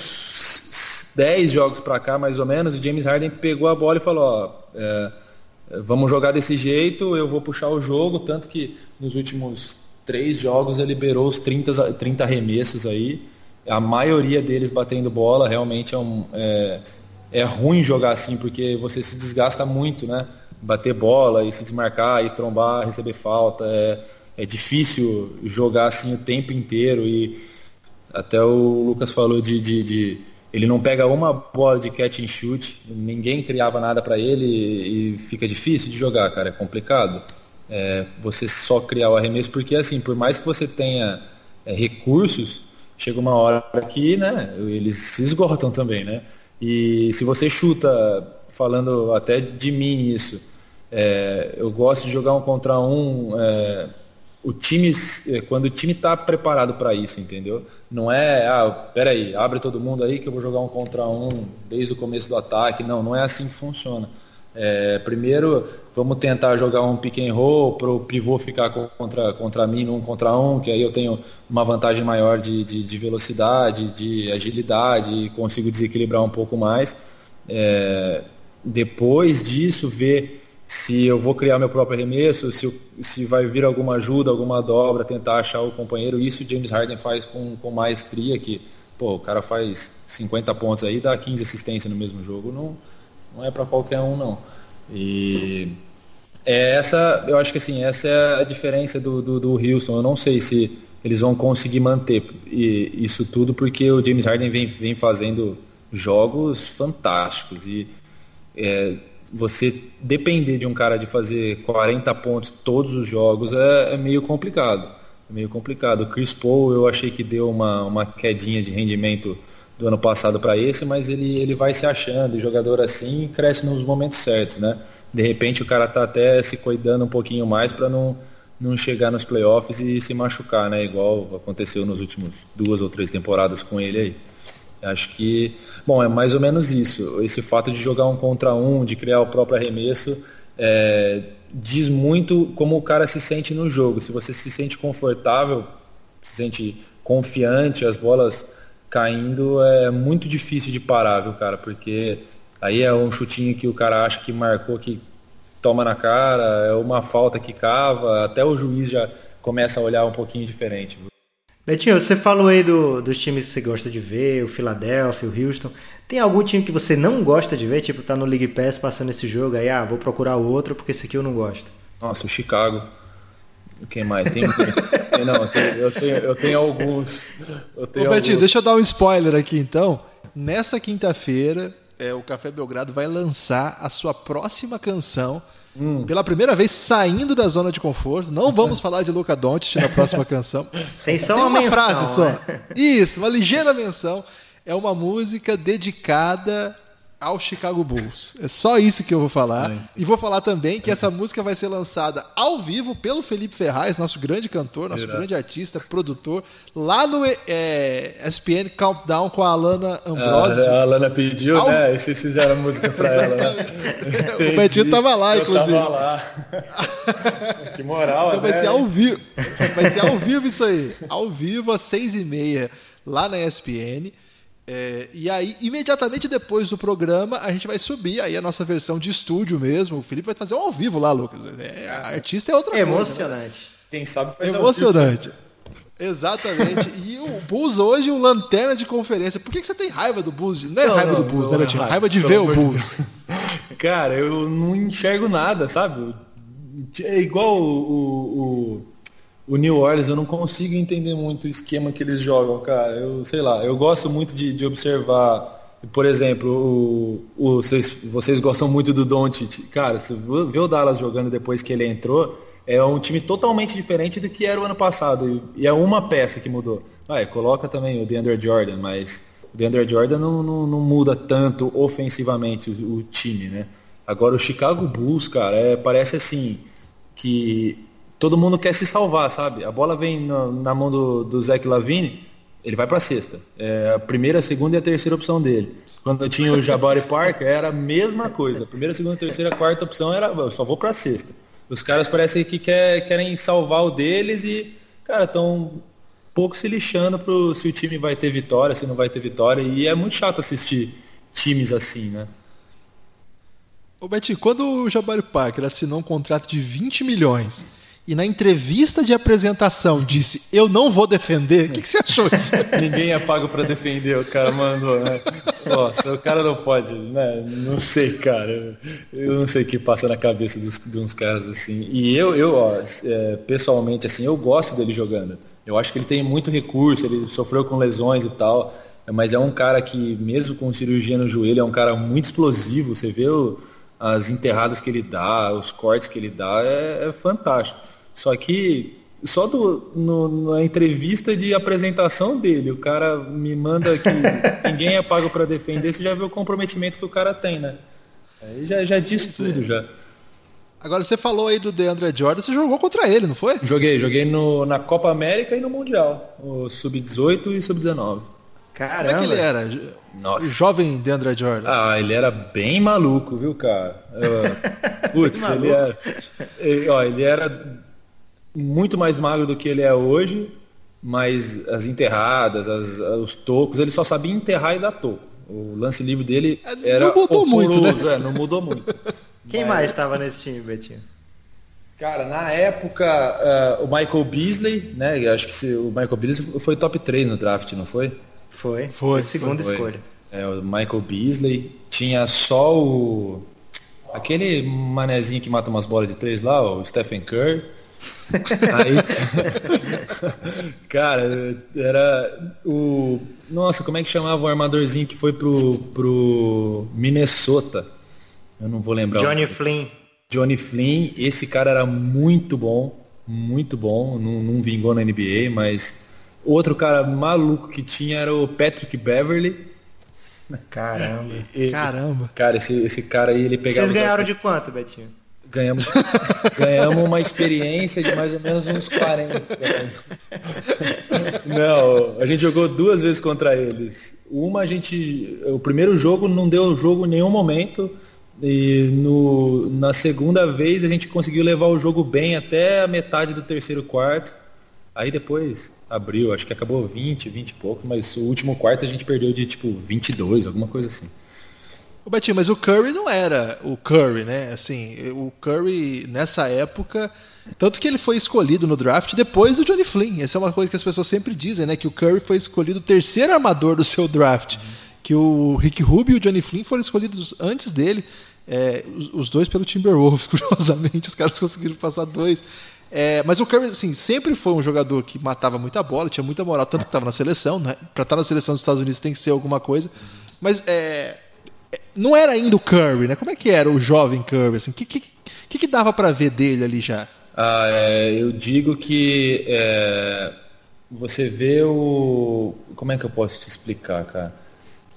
uns dez jogos para cá, mais ou menos, o James Harden pegou a bola e falou: ó, é, vamos jogar desse jeito, eu vou puxar o jogo. Tanto que nos últimos três jogos ele liberou os trinta, trinta arremessos aí. A maioria deles batendo bola. Realmente é, um, é, é ruim jogar assim, porque você se desgasta muito, né? Bater bola e se desmarcar, e trombar, receber falta. É, É difícil jogar assim o tempo inteiro. E até o Lucas falou de, de, de ele não pega uma bola de catch and shoot, ninguém criava nada para ele e, e fica difícil de jogar, cara, é complicado. É, você só criar o arremesso, porque assim, por mais que você tenha é, recursos, chega uma hora que, né, eles se esgotam também, né? E se você chuta, falando até de mim isso, é, eu gosto de jogar um contra um. É, O time, quando o time está preparado para isso, entendeu? Não é, ah, peraí, abre todo mundo aí que eu vou jogar um contra um desde o começo do ataque. Não, não é assim que funciona. É, primeiro, vamos tentar jogar um pick and roll para o pivô ficar contra, contra mim num contra um, que aí eu tenho uma vantagem maior de, de, de velocidade, de agilidade e consigo desequilibrar um pouco mais. É, depois disso, ver se eu vou criar meu próprio arremesso, se, eu, se vai vir alguma ajuda, alguma dobra, tentar achar o companheiro. Isso o James Harden faz com, com maestria, que pô, o cara faz cinquenta pontos aí, dá quinze assistências no mesmo jogo, não, não é para qualquer um não. E é essa, eu acho que assim, essa é a diferença do, do, do Houston. Eu não sei se eles vão conseguir manter isso tudo, porque o James Harden vem, vem fazendo jogos fantásticos e é, você depender de um cara de fazer quarenta pontos todos os jogos é, é meio complicado. É meio complicado. O Chris Paul eu achei que deu uma, uma quedinha de rendimento do ano passado para esse, mas ele, ele vai se achando. E jogador assim cresce nos momentos certos, né? De repente o cara tá até se cuidando um pouquinho mais para não, não chegar nos playoffs e se machucar, né? Igual aconteceu nos últimos duas ou três temporadas com ele aí. Acho que, bom, é mais ou menos isso. Esse fato de jogar um contra um, de criar o próprio arremesso, é, diz muito como o cara se sente no jogo. Se você se sente confortável, se sente confiante, as bolas caindo, é muito difícil de parar, viu, cara? Porque aí é um chutinho que o cara acha que marcou, que toma na cara, é uma falta que cava, até o juiz já começa a olhar um pouquinho diferente, viu? Betinho, você falou aí do, dos times que você gosta de ver, o Philadelphia, o Houston. Tem algum time que você não gosta de ver? Tipo, tá no League Pass passando esse jogo aí, ah, vou procurar o outro porque esse aqui eu não gosto. Nossa, o Chicago. Quem mais? Tem, tem, não, eu tenho, eu tenho, eu tenho alguns. Eu tenho Ô, Betinho, alguns. deixa eu dar um spoiler aqui então. Nessa quinta-feira, é, o Café Belgrado vai lançar a sua próxima canção. Hum. Pela primeira vez saindo da zona de conforto. Não vamos falar de Luka Doncic na próxima canção. Tem só Tem uma, uma menção, frase só. Né? Isso, uma ligeira menção. É uma música dedicada ao Chicago Bulls. É só isso que eu vou falar. E vou falar também que essa música vai ser lançada ao vivo pelo Felipe Ferraz, nosso grande cantor, nosso Irá. grande artista, produtor, lá no é, E S P N Countdown com a Alana Ambrosio. Ah, a Alana pediu, ao... né? E vocês fizeram a música pra ela, né? O Betinho tava lá, eu inclusive. Tava lá. Que moral, então vai né? ser ao vivo. Vai ser ao vivo isso aí. Ao vivo, às seis e meia, lá na E S P N. É, e aí, imediatamente depois do programa, a gente vai subir aí a nossa versão de estúdio mesmo. O Felipe vai fazer um ao vivo lá, Lucas. É, a artista é outra é coisa. Emocionante. Né? Quem sabe faz Emocionante. Exatamente. E o Bulls hoje, o lanterna de conferência. Por que, que você tem raiva do Bulls? Não é não, raiva não, do Bulls, não, né, Betinho? Raiva de ver o Bulls. Cara, eu não enxergo nada, sabe? É igual o... o... O New Orleans, eu não consigo entender muito o esquema que eles jogam, cara. Eu sei lá, eu gosto muito de, de observar, por exemplo, o, o, vocês, vocês gostam muito do Doncic. Cara, você vê o Dallas jogando depois que ele entrou, é um time totalmente diferente do que era o ano passado. E é uma peça que mudou. Ah, coloca também o DeAndre Jordan, mas o DeAndre Jordan não, não, não muda tanto ofensivamente o, o time, né? Agora o Chicago Bulls, cara, é, parece assim que todo mundo quer se salvar, sabe? A bola vem na, na mão do, do Zach LaVine, ele vai para a cesta. É a primeira, a segunda e a terceira opção dele. Quando eu tinha o Jabari Parker, era a mesma coisa. A primeira, a segunda, a terceira, a quarta opção era, eu só vou para a cesta. Os caras parecem que quer, querem salvar o deles e, cara, estão um pouco se lixando pro, se o time vai ter vitória, se não vai ter vitória. E é muito chato assistir times assim, né? Ô Betinho, quando o Jabari Parker assinou um contrato de vinte milhões... e na entrevista de apresentação disse, eu não vou defender, o que, que você achou disso? Ninguém é pago pra defender, o cara mandou, né? Nossa, o cara não pode, né? Não sei, cara. Eu não sei o que passa na cabeça dos, de uns caras assim. E eu, eu ó, é, pessoalmente, assim, eu gosto dele jogando. Eu acho que ele tem muito recurso, ele sofreu com lesões e tal, mas é um cara que, mesmo com cirurgia no joelho, é um cara muito explosivo. Você vê o, as enterradas que ele dá, os cortes que ele dá, é, é fantástico. Só que só do, no, na entrevista de apresentação dele, o cara me manda que ninguém é pago para defender, você já vê o comprometimento que o cara tem, né? Aí já, já diz tudo, já. Agora, você falou aí do DeAndre Jordan, você jogou contra ele, não foi? Joguei, joguei no, na Copa América e no Mundial, o sub dezoito e sub dezenove. Caramba! Como é que ele era? Nossa. O jovem DeAndre Jordan. Ah, ele era bem maluco, viu, cara? Uh, putz, ele era... Ele, ó, ele era... muito mais magro do que ele é hoje, mas as enterradas, as, os tocos, ele só sabia enterrar e dar toco. O lance livre dele era não mudou muito, né? É, não mudou muito. Quem mas... mais estava nesse time, Betinho? Cara, na época, uh, o Michael Beasley, né? Acho que se, o Michael Beasley foi top três no draft, não foi? Foi. Foi. Foi a segunda foi. escolha. É, o Michael Beasley. Tinha só o... aquele manezinho que mata umas bolas de três lá, o Stephen Curry. Aí, cara, era o... Nossa, como é que chamava o armadorzinho que foi pro, pro Minnesota? Eu não vou lembrar. Johnny Flynn. Johnny Flynn, esse cara era muito bom, muito bom, não, não vingou na N B A, mas outro cara maluco que tinha era o Patrick Beverley. Caramba. E, Caramba. Cara, esse, esse cara aí, ele pegava... Vocês ganharam de quanto, Betinho? Ganhamos, ganhamos uma experiência de mais ou menos uns quarenta. Não, a gente jogou duas vezes contra eles. Uma a gente... O primeiro jogo não deu jogo em nenhum momento. E no, na segunda vez a gente conseguiu levar o jogo bem até a metade do terceiro quarto. Aí depois abriu, acho que acabou vinte, vinte e pouco. Mas o último quarto a gente perdeu de tipo vinte e dois, alguma coisa assim. Ô Betinho, mas o Curry não era o Curry, né? Assim, o Curry nessa época, tanto que ele foi escolhido no draft depois do Johnny Flynn. Essa é uma coisa que as pessoas sempre dizem, né? Que o Curry foi escolhido o terceiro armador do seu draft. Uhum. Que o Rick Rubio e o Johnny Flynn foram escolhidos antes dele. É, os, os dois pelo Timberwolves, curiosamente. Os caras conseguiram passar dois. É, mas o Curry, assim, sempre foi um jogador que matava muita bola, tinha muita moral, tanto que estava na seleção, né? Para estar na seleção dos Estados Unidos tem que ser alguma coisa. Mas é... não era ainda o Curry, né? Como é que era o jovem Curry? Assim? O que, que, que, que dava para ver dele ali já? Ah, é, eu digo que é, você vê o... Como é que eu posso te explicar, cara?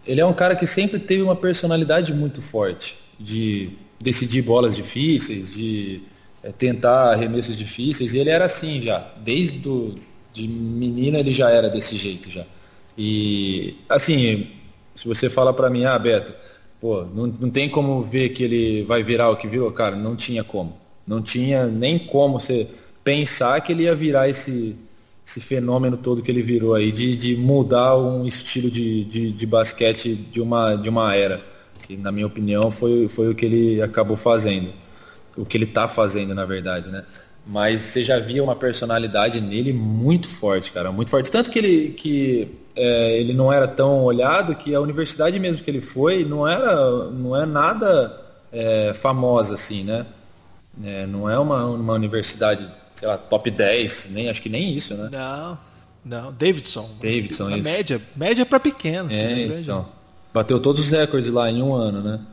ele é um cara que sempre teve uma personalidade muito forte, de decidir bolas difíceis, de é, tentar arremessos difíceis, e ele era assim já, desde do, de menino ele já era desse jeito já. E assim, se você fala pra mim, ah, Beto, pô, não, não tem como ver que ele vai virar o que virou, cara, não tinha como. Não tinha nem como você pensar que ele ia virar esse, esse fenômeno todo que ele virou aí, de, de mudar um estilo de, de, de basquete de uma, de uma era. Que, na minha opinião, foi, foi o que ele acabou fazendo. O que ele está fazendo, na verdade, né? Mas você já via uma personalidade nele muito forte, cara, muito forte. Tanto que ele, que, é, ele não era tão olhado, que a universidade mesmo que ele foi não era, não é nada é, famosa assim, né? É, não é uma, uma universidade, sei lá, top dez, nem, acho que nem isso, né? Não, não. Davidson. Davidson, a isso. Média, média para pequeno. Assim, é, grande, então, bateu todos os recordes lá em um ano, né?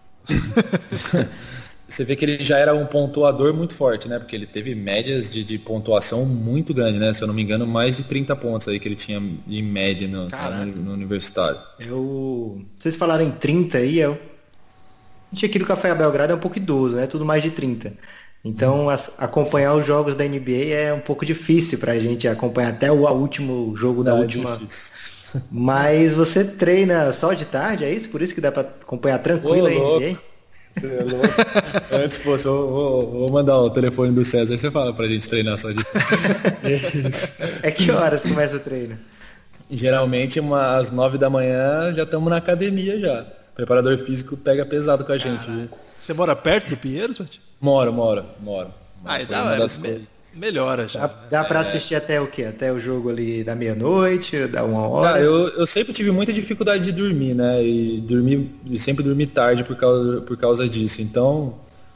Você vê que ele já era um pontuador muito forte, né? Porque ele teve médias de, de pontuação muito grande, né? Se eu não me engano, mais de trinta pontos aí que ele tinha em média no, no, no universitário. Eu... Vocês falaram em trinta aí, eu... A gente aqui do Café Belgrado é um pouco idoso, né? Tudo mais de trinta. Então, as, acompanhar os jogos da N B A é um pouco difícil pra gente acompanhar até o último jogo da Não, última. É Mas você treina só de tarde, é isso? Por isso que dá pra acompanhar tranquilo Ô, a N B A? Você é louco. Antes, pô, eu vou, vou mandar o telefone do César, você fala pra gente treinar só de É que horas começa o treino? Geralmente, umas nove da manhã, já estamos na academia já. O preparador físico pega pesado com a gente. Viu? Você mora perto do Pinheiros, Mati? Moro, moro, moro. Ah, Foi dá, uma é, das me, coisas. melhora já. Dá, né? dá pra assistir até o quê? Até o jogo ali da meia-noite, da uma hora? Cara, eu, eu sempre tive muita dificuldade de dormir, né? E dormir, e sempre dormi tarde por causa, por causa disso. Então,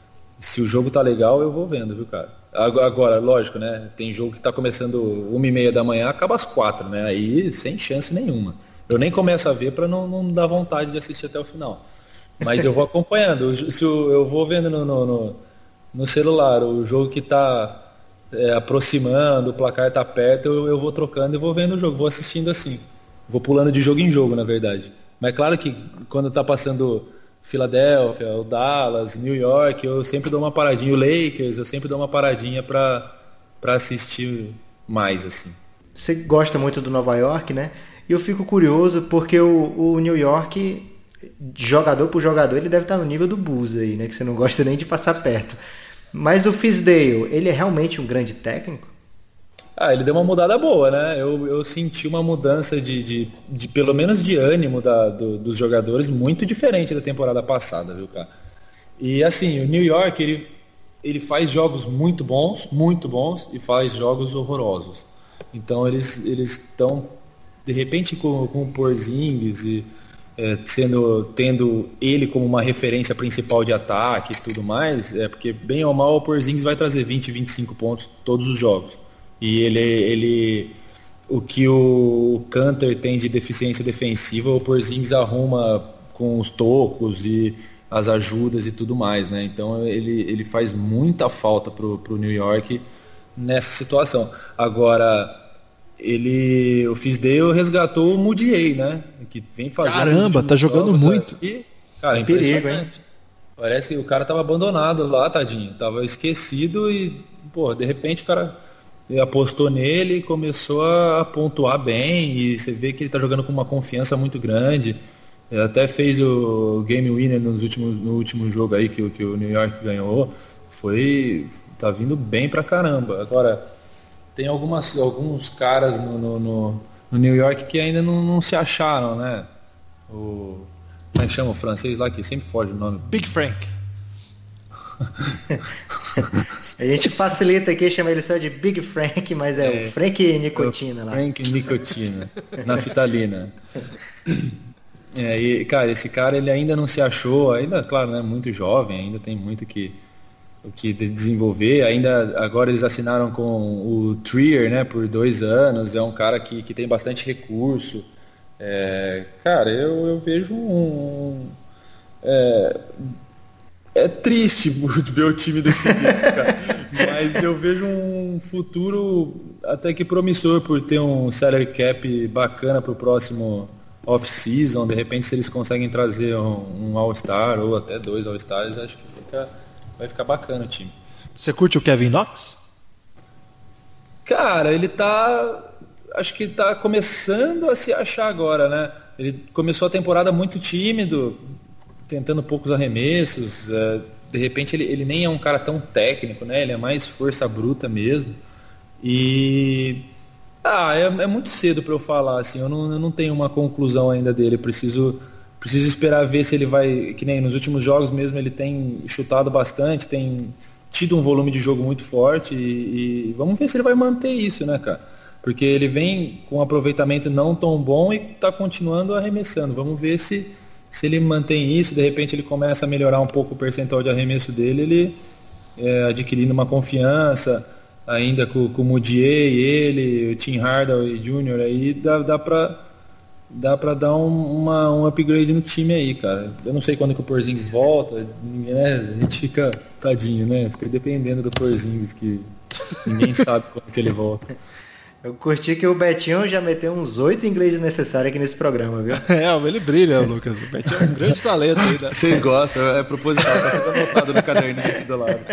se o jogo tá legal, eu vou vendo, viu, cara? Agora, lógico, né? Tem jogo que tá começando uma e meia da manhã, acaba às quatro, né? Aí, sem chance nenhuma. Eu nem começo a ver pra não, não dar vontade de assistir até o final. Mas eu vou acompanhando. Se eu, eu vou vendo no, no, no, no celular o jogo que tá é, aproximando, o placar tá perto, eu, eu vou trocando e vou vendo o jogo, vou assistindo assim. Vou pulando de jogo em jogo, na verdade. Mas claro que quando tá passando Filadélfia, o Dallas, New York, eu sempre dou uma paradinha. O Lakers, eu sempre dou uma paradinha pra, pra assistir mais, assim. Você gosta muito do Nova York, né? E eu fico curioso porque o, o New York, jogador por jogador, ele deve estar no nível do Bulls aí, né? Que você não gosta nem de passar perto. Mas o Fizdale, ele é realmente um grande técnico? Ah, ele deu uma mudada boa, né? Eu, eu senti uma mudança de, de, de pelo menos de ânimo da, do, dos jogadores muito diferente da temporada passada, viu, cara? E assim, o New York, ele, ele faz jogos muito bons, muito bons, e faz jogos horrorosos. Então eles eles estão, de repente, com, com o Porzingis e é, sendo, tendo ele como uma referência principal de ataque e tudo mais, é porque bem ou mal o Porzingis vai trazer vinte, vinte e cinco pontos todos os jogos. E ele, ele o que o Kanter tem de deficiência defensiva, o Porzingis arruma com os tocos e as ajudas e tudo mais, né? Então ele, ele faz muita falta pro, pro New York nessa situação. Agora, ele, o Fizdale resgatou o Mudiay, né? Que vem fazendo. Caramba, tá jogando muito. Aqui. Cara, é perigo, hein? Parece que o cara tava abandonado lá, tadinho. Tava esquecido e, pô, de repente o cara apostou nele e começou a pontuar bem. E você vê que ele tá jogando com uma confiança muito grande. Ele até fez o game winner nos últimos, no último jogo aí que, que o New York ganhou. Foi. Tá vindo bem pra caramba. Agora, tem algumas, alguns caras no, no, no, no New York que ainda não, não se acharam, né? O, como é que chama o francês lá que sempre foge o nome? Big Frank. A gente facilita aqui, chama ele só de Big Frank, mas é, é o Frank Nicotina lá. Frank Nicotina, naftalina. É, e, cara, esse cara ele ainda não se achou, ainda, claro, né, muito jovem, ainda tem muito que, o que desenvolver. Ainda agora eles assinaram com o Trier, né, por dois anos. É um cara que, que tem bastante recurso. É, cara, eu, eu vejo um. É, é triste ver o time desse jeito, cara. Mas eu vejo um futuro até que promissor por ter um salary cap bacana pro próximo. off-season, de repente se eles conseguem trazer um, um All-Star ou até dois All-Stars, acho que fica, vai ficar bacana o time. Você curte o Kevin Knox? Cara, ele tá... Acho que tá começando a se achar agora, né? Ele começou a temporada muito tímido, tentando poucos arremessos. É, de repente ele, ele nem é um cara tão técnico, né? Ele é mais força bruta mesmo. E... Ah, é, é muito cedo para eu falar, assim. Eu não, eu não tenho uma conclusão ainda dele. Preciso, preciso esperar ver se ele vai... Que nem nos últimos jogos mesmo ele tem chutado bastante, tem tido um volume de jogo muito forte. E, e vamos ver se ele vai manter isso, né, cara? Porque ele vem com um aproveitamento não tão bom e está continuando arremessando. Vamos ver se, se ele mantém isso, de repente ele começa a melhorar um pouco o percentual de arremesso dele, ele é, adquirindo uma confiança, ainda com, com o Mudiay, ele, o Tim Hardaway Júnior, aí dá, dá para dá pra dar um, uma, um upgrade no time aí, cara. Eu não sei quando que o Porzingis volta, né? A gente fica tadinho, né? Fica dependendo do Porzingis, que ninguém sabe quando que ele volta. Eu curti que o Betinho já meteu uns oito inglês necessários aqui nesse programa, viu? É, ele brilha, Lucas. O Betinho é um grande talento aí. Né? Vocês gostam, é proposital, tá tudo anotado no caderninho aqui do lado.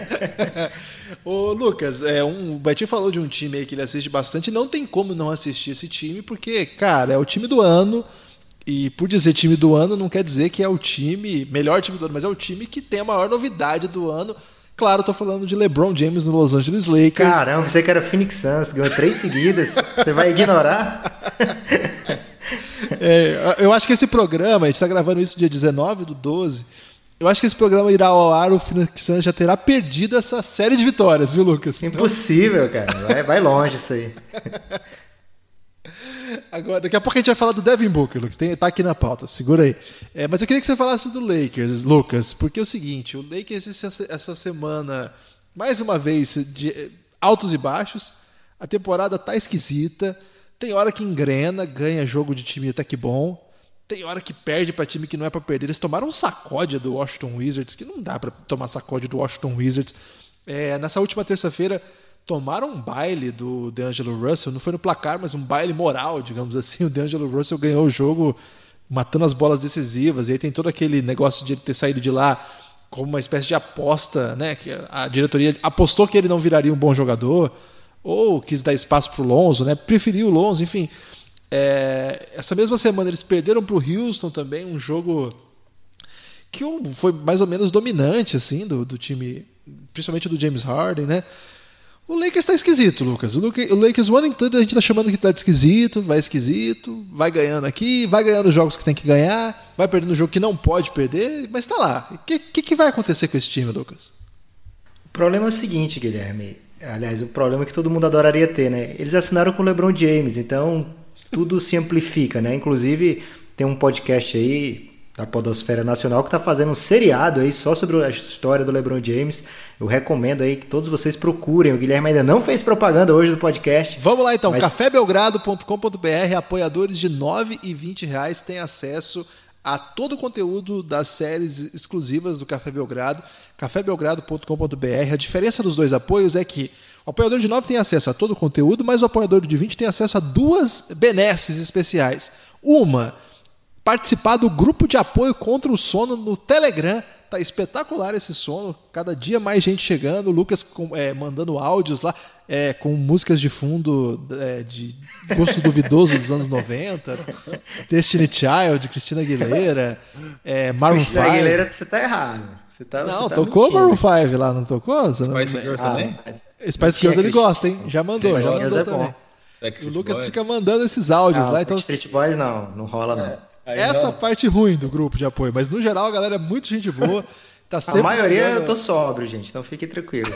Ô, Lucas, é um, o Betinho falou de um time aí que ele assiste bastante, não tem como não assistir esse time, porque, cara, é o time do ano, e por dizer time do ano não quer dizer que é o time, melhor time do ano, mas é o time que tem a maior novidade do ano. Claro, eu tô falando de LeBron James no Los Angeles Lakers. Caramba, você que era Phoenix Suns, ganhou três seguidas, você vai ignorar? É, eu acho que esse programa, a gente tá gravando isso dia dezenove do doze, eu acho que esse programa irá ao ar, o Phoenix Suns já terá perdido essa série de vitórias, viu, Lucas? Impossível, cara, vai, vai longe isso aí. Agora, daqui a pouco a gente vai falar do Devin Booker, Lucas. Tem, tá aqui na pauta, segura aí. É, mas eu queria que você falasse do Lakers, Lucas, porque é o seguinte, o Lakers essa, essa semana, mais uma vez, de altos e baixos, a temporada tá esquisita, tem hora que engrena, ganha jogo de time até que bom, tem hora que perde para time que não é para perder. Eles tomaram um sacode do Washington Wizards, que não dá para tomar sacode do Washington Wizards. É, nessa última terça-feira, tomaram um baile do D'Angelo Russell, não foi no placar, mas um baile moral, digamos assim. O D'Angelo Russell ganhou o jogo matando as bolas decisivas, e aí tem todo aquele negócio de ele ter saído de lá como uma espécie de aposta, né? Que a diretoria apostou que ele não viraria um bom jogador, ou quis dar espaço para o Lonzo, né? Preferiu o Lonzo, enfim. É, essa mesma semana eles perderam para o Houston também, um jogo que foi mais ou menos dominante assim, do, do time, principalmente do James Harden, né? O Lakers está esquisito, Lucas. O Lakers o ano inteiro a gente está chamando que está de esquisito, vai esquisito, vai ganhando aqui, vai ganhando os jogos que tem que ganhar, vai perdendo o jogo que não pode perder, mas está lá. O que, que, que vai acontecer com esse time, Lucas? O problema é o seguinte, Guilherme. Aliás, o problema é que todo mundo adoraria ter, né? Eles assinaram com o LeBron James, então tudo se amplifica, né? Inclusive, tem um podcast aí da Podosfera Nacional que está fazendo um seriado aí só sobre a história do LeBron James. Eu recomendo aí que todos vocês procurem. O Guilherme ainda não fez propaganda hoje do podcast. Vamos lá então, mas... café belgrado ponto com ponto b r, apoiadores de nove reais e vinte reais têm acesso a todo o conteúdo das séries exclusivas do Café Belgrado, café belgrado ponto com ponto b r. A diferença dos dois apoios é que o apoiador de nove tem acesso a todo o conteúdo, mas o apoiador de vinte tem acesso a duas benesses especiais. Uma, participar do grupo de apoio contra o sono no Telegram. Tá espetacular esse sono, cada dia mais gente chegando, o Lucas com, é, mandando áudios lá, é, com músicas de fundo é, de gosto duvidoso dos anos noventa, Destiny Child, Christina Aguilera, é, Maroon Christina five. Aguilera, você tá errado. Você tá, não, você tá tocou mentindo. Maroon five lá, não tocou? Você Spice não... Girls Ah, também? Spice Girls ele gosta, hein? Já mandou, Spice já Girls mandou é também. bom. O Lucas Boys. Fica mandando esses áudios Não, lá, então... Street Boys não, não rola não. Aí essa não. parte ruim do grupo de apoio, mas no geral a galera é muito gente boa. Tá A maioria mandando... eu tô sóbrio, gente, então fique tranquilo.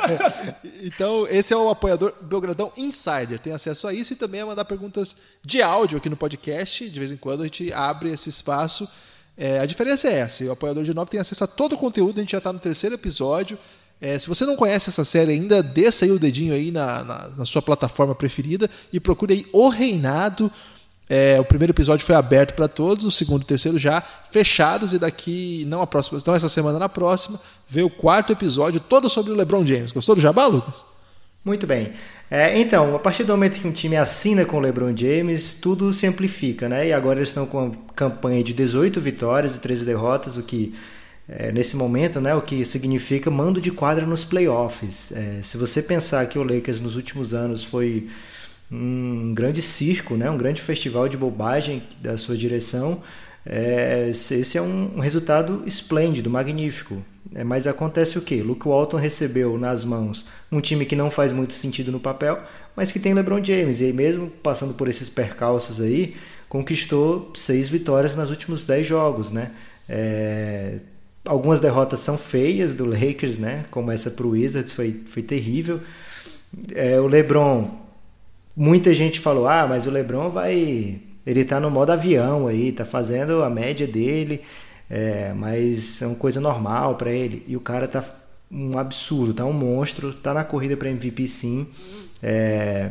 Então, esse é o apoiador Belgradão Insider. Tem acesso a isso e também a mandar perguntas de áudio aqui no podcast. De vez em quando a gente abre esse espaço. É, a diferença é essa. O apoiador de nove tem acesso a todo o conteúdo. A gente já está no terceiro episódio. É, se você não conhece essa série ainda, desça aí o dedinho aí na, na, na sua plataforma preferida e procure aí O Reinado. É, o primeiro episódio foi aberto para todos, o segundo e o terceiro já fechados, e daqui, não, a próxima, não essa semana, na próxima, veio o quarto episódio todo sobre o LeBron James. Gostou do jabá, Lucas? Muito bem. É, então, a partir do momento que um time assina com o LeBron James, tudo se amplifica, né? E agora eles estão com uma campanha de dezoito vitórias e treze derrotas, o que, é, nesse momento, né, o que significa mando de quadra nos playoffs. É, se você pensar que o Lakers nos últimos anos foi um grande circo, né, um grande festival de bobagem da sua direção, é, esse é um, um resultado esplêndido, magnífico. É, mas acontece o quê? Luke Walton recebeu nas mãos um time que não faz muito sentido no papel, mas que tem LeBron James, e aí mesmo passando por esses percalços aí, conquistou seis vitórias nos últimos dez jogos, né? É, algumas derrotas são feias do Lakers, né? Como essa pro Wizards, foi, foi terrível. É, o LeBron, muita gente falou, ah, mas o LeBron vai... ele tá no modo avião aí, tá fazendo a média dele... É, mas é uma coisa normal para ele, e o cara tá um absurdo, tá um monstro, tá na corrida para M V P sim. É,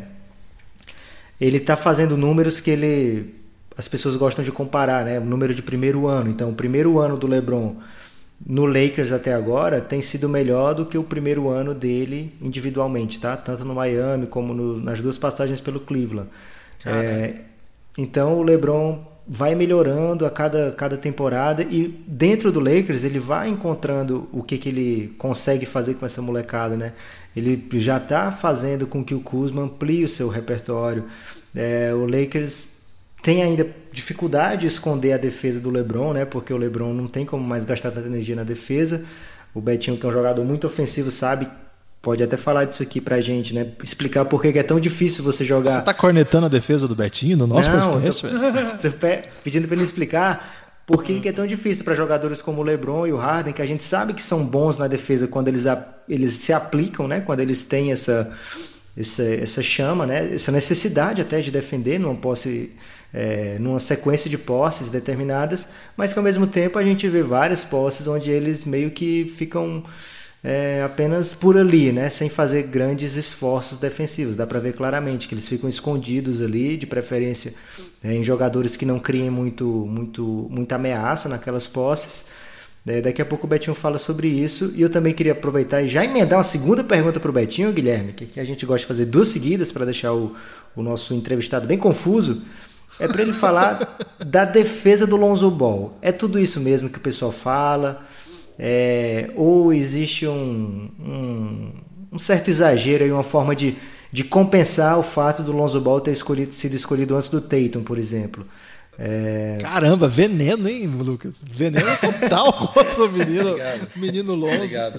ele tá fazendo números que ele, as pessoas gostam de comparar, né? O número de primeiro ano. Então o primeiro ano do LeBron no Lakers até agora tem sido melhor do que o primeiro ano dele individualmente, tá? Tanto no Miami como no, nas duas passagens pelo Cleveland. É, então o LeBron vai melhorando a cada, cada temporada, e dentro do Lakers ele vai encontrando o que, que ele consegue fazer com essa molecada, né? Ele já está fazendo com que o Kuzma amplie o seu repertório. É, o Lakers tem ainda dificuldade de esconder a defesa do LeBron, né? Porque o LeBron não tem como mais gastar tanta energia na defesa. O Betinho, que é um jogador muito ofensivo, sabe, pode até falar disso aqui pra gente, né? Explicar por que é tão difícil você jogar... Você tá cornetando a defesa do Betinho no nosso não, podcast, tô... velho? tô pedindo pra ele explicar por que é tão difícil para jogadores como o LeBron e o Harden, que a gente sabe que são bons na defesa quando eles, a... eles se aplicam, né? Quando eles têm essa, essa, essa chama, né? Essa necessidade até de defender numa posse... É, numa sequência de posses determinadas, mas que ao mesmo tempo a gente vê várias posses onde eles meio que ficam... É, apenas por ali, né? Sem fazer grandes esforços defensivos. Dá para ver claramente que eles ficam escondidos ali, de preferência é, em jogadores que não criem muito, muito, muita ameaça naquelas posses. É, daqui a pouco o Betinho fala sobre isso, e eu também queria aproveitar e já emendar uma segunda pergunta para o Betinho, Guilherme, que aqui a gente gosta de fazer duas seguidas para deixar o, o nosso entrevistado bem confuso. É para ele falar da defesa do Lonzo Ball. É tudo isso mesmo que o pessoal fala? É, ou existe um, um, um certo exagero e uma forma de, de compensar o fato do Lonzo Ball ter escolhido, sido escolhido antes do Tatum, por exemplo? É... Caramba, veneno, hein, Lucas? Veneno total contra o menino, Obrigado. menino Lonzo. Obrigado.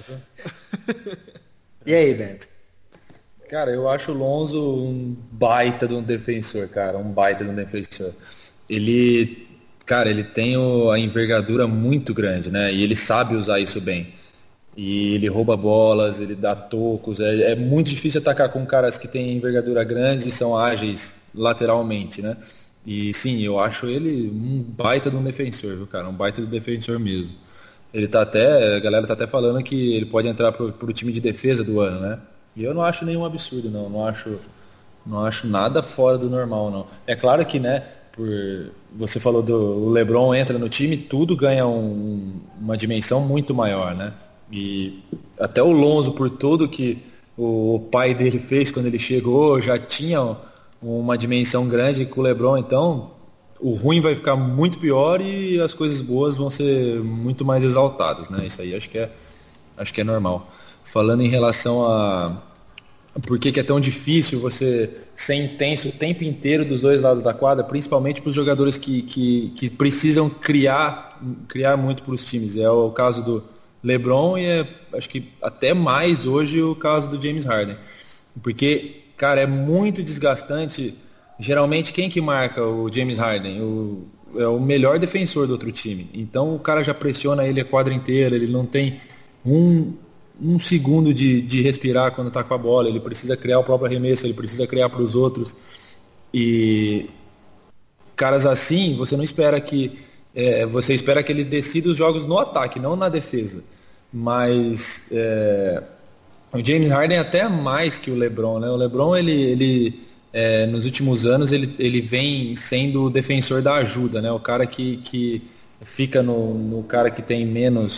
E aí, Beto? Cara, eu acho o Lonzo um baita de um defensor, cara, um baita de um defensor. Ele... Cara, ele tem o, a envergadura muito grande, né? E ele sabe usar isso bem. E ele rouba bolas, ele dá tocos. É, é muito difícil atacar com caras que têm envergadura grande e são ágeis lateralmente, né? E sim, eu acho ele um baita de um defensor, viu, cara? Um baita de um defensor mesmo. Ele tá até, a galera tá até falando que ele pode entrar pro, pro time de defesa do ano, né? E eu não acho nenhum absurdo, não. Não acho, não acho nada fora do normal, não. É claro que, né? Por, você falou do LeBron entra no time, tudo ganha um, uma dimensão muito maior, né? E até o Lonzo, por tudo que o pai dele fez quando ele chegou, já tinha uma dimensão grande com o LeBron, então o ruim vai ficar muito pior e as coisas boas vão ser muito mais exaltadas, né? Isso aí acho que é, acho que é normal. Falando em relação a por que, que é tão difícil você ser intenso o tempo inteiro dos dois lados da quadra, principalmente para os jogadores que, que, que precisam criar, criar muito para os times. É o caso do LeBron e é, acho que até mais hoje o caso do James Harden. Porque, cara, é muito desgastante. Geralmente quem que marca o James Harden? O, é o melhor defensor do outro time. Então o cara já pressiona ele a quadra inteira, ele não tem um... um segundo de, de respirar quando está com a bola, ele precisa criar o próprio arremesso, ele precisa criar para os outros, e caras assim, você não espera que é, você espera que ele decida os jogos no ataque, não na defesa, mas é, o James Harden até mais que o LeBron, né? O LeBron, ele, ele é, nos últimos anos, ele, ele vem sendo o defensor da ajuda, né? O cara que, que fica no, no cara que tem menos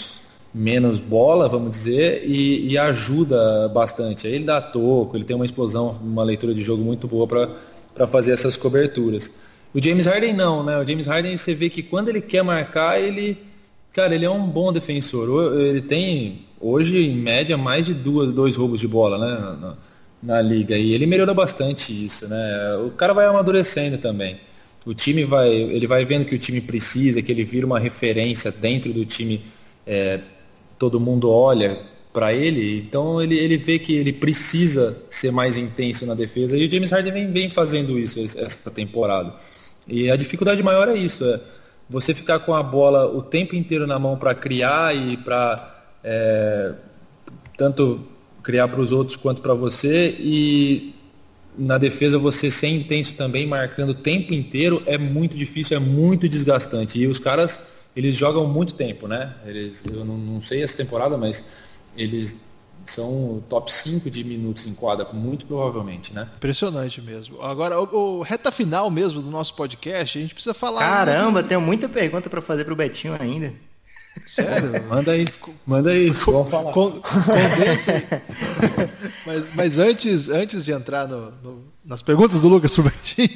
menos bola, vamos dizer, e, e ajuda bastante. Aí ele dá toco, ele tem uma explosão, uma leitura de jogo muito boa para fazer essas coberturas. O James Harden não, né? O James Harden, você vê que quando ele quer marcar, ele, cara, ele é um bom defensor. Ele tem, hoje, em média, mais de duas, dois roubos de bola, né? Na, na liga, e ele melhorou bastante isso, né? O cara vai amadurecendo também. O time vai, ele vai vendo que o time precisa, que ele vira uma referência dentro do time. É, todo mundo olha para ele, então ele, ele vê que ele precisa ser mais intenso na defesa, e o James Harden vem, vem fazendo isso essa temporada. E a dificuldade maior é isso, é você ficar com a bola o tempo inteiro na mão para criar e para é, tanto criar para os outros quanto para você, e na defesa você ser intenso também, marcando o tempo inteiro, é muito difícil, é muito desgastante, e os caras eles jogam muito tempo, né? Eles, eu não, não sei essa temporada, mas eles são top cinco de minutos em quadra, muito provavelmente, né? Impressionante mesmo. Agora, o, o reta final mesmo do nosso podcast, a gente precisa falar... Caramba, de... tenho muita pergunta para fazer pro Betinho ainda. Sério? Manda aí, manda aí, vamos falar. Condensa aí. mas, mas antes, antes de entrar no, no, nas perguntas do Lucas pro Betinho,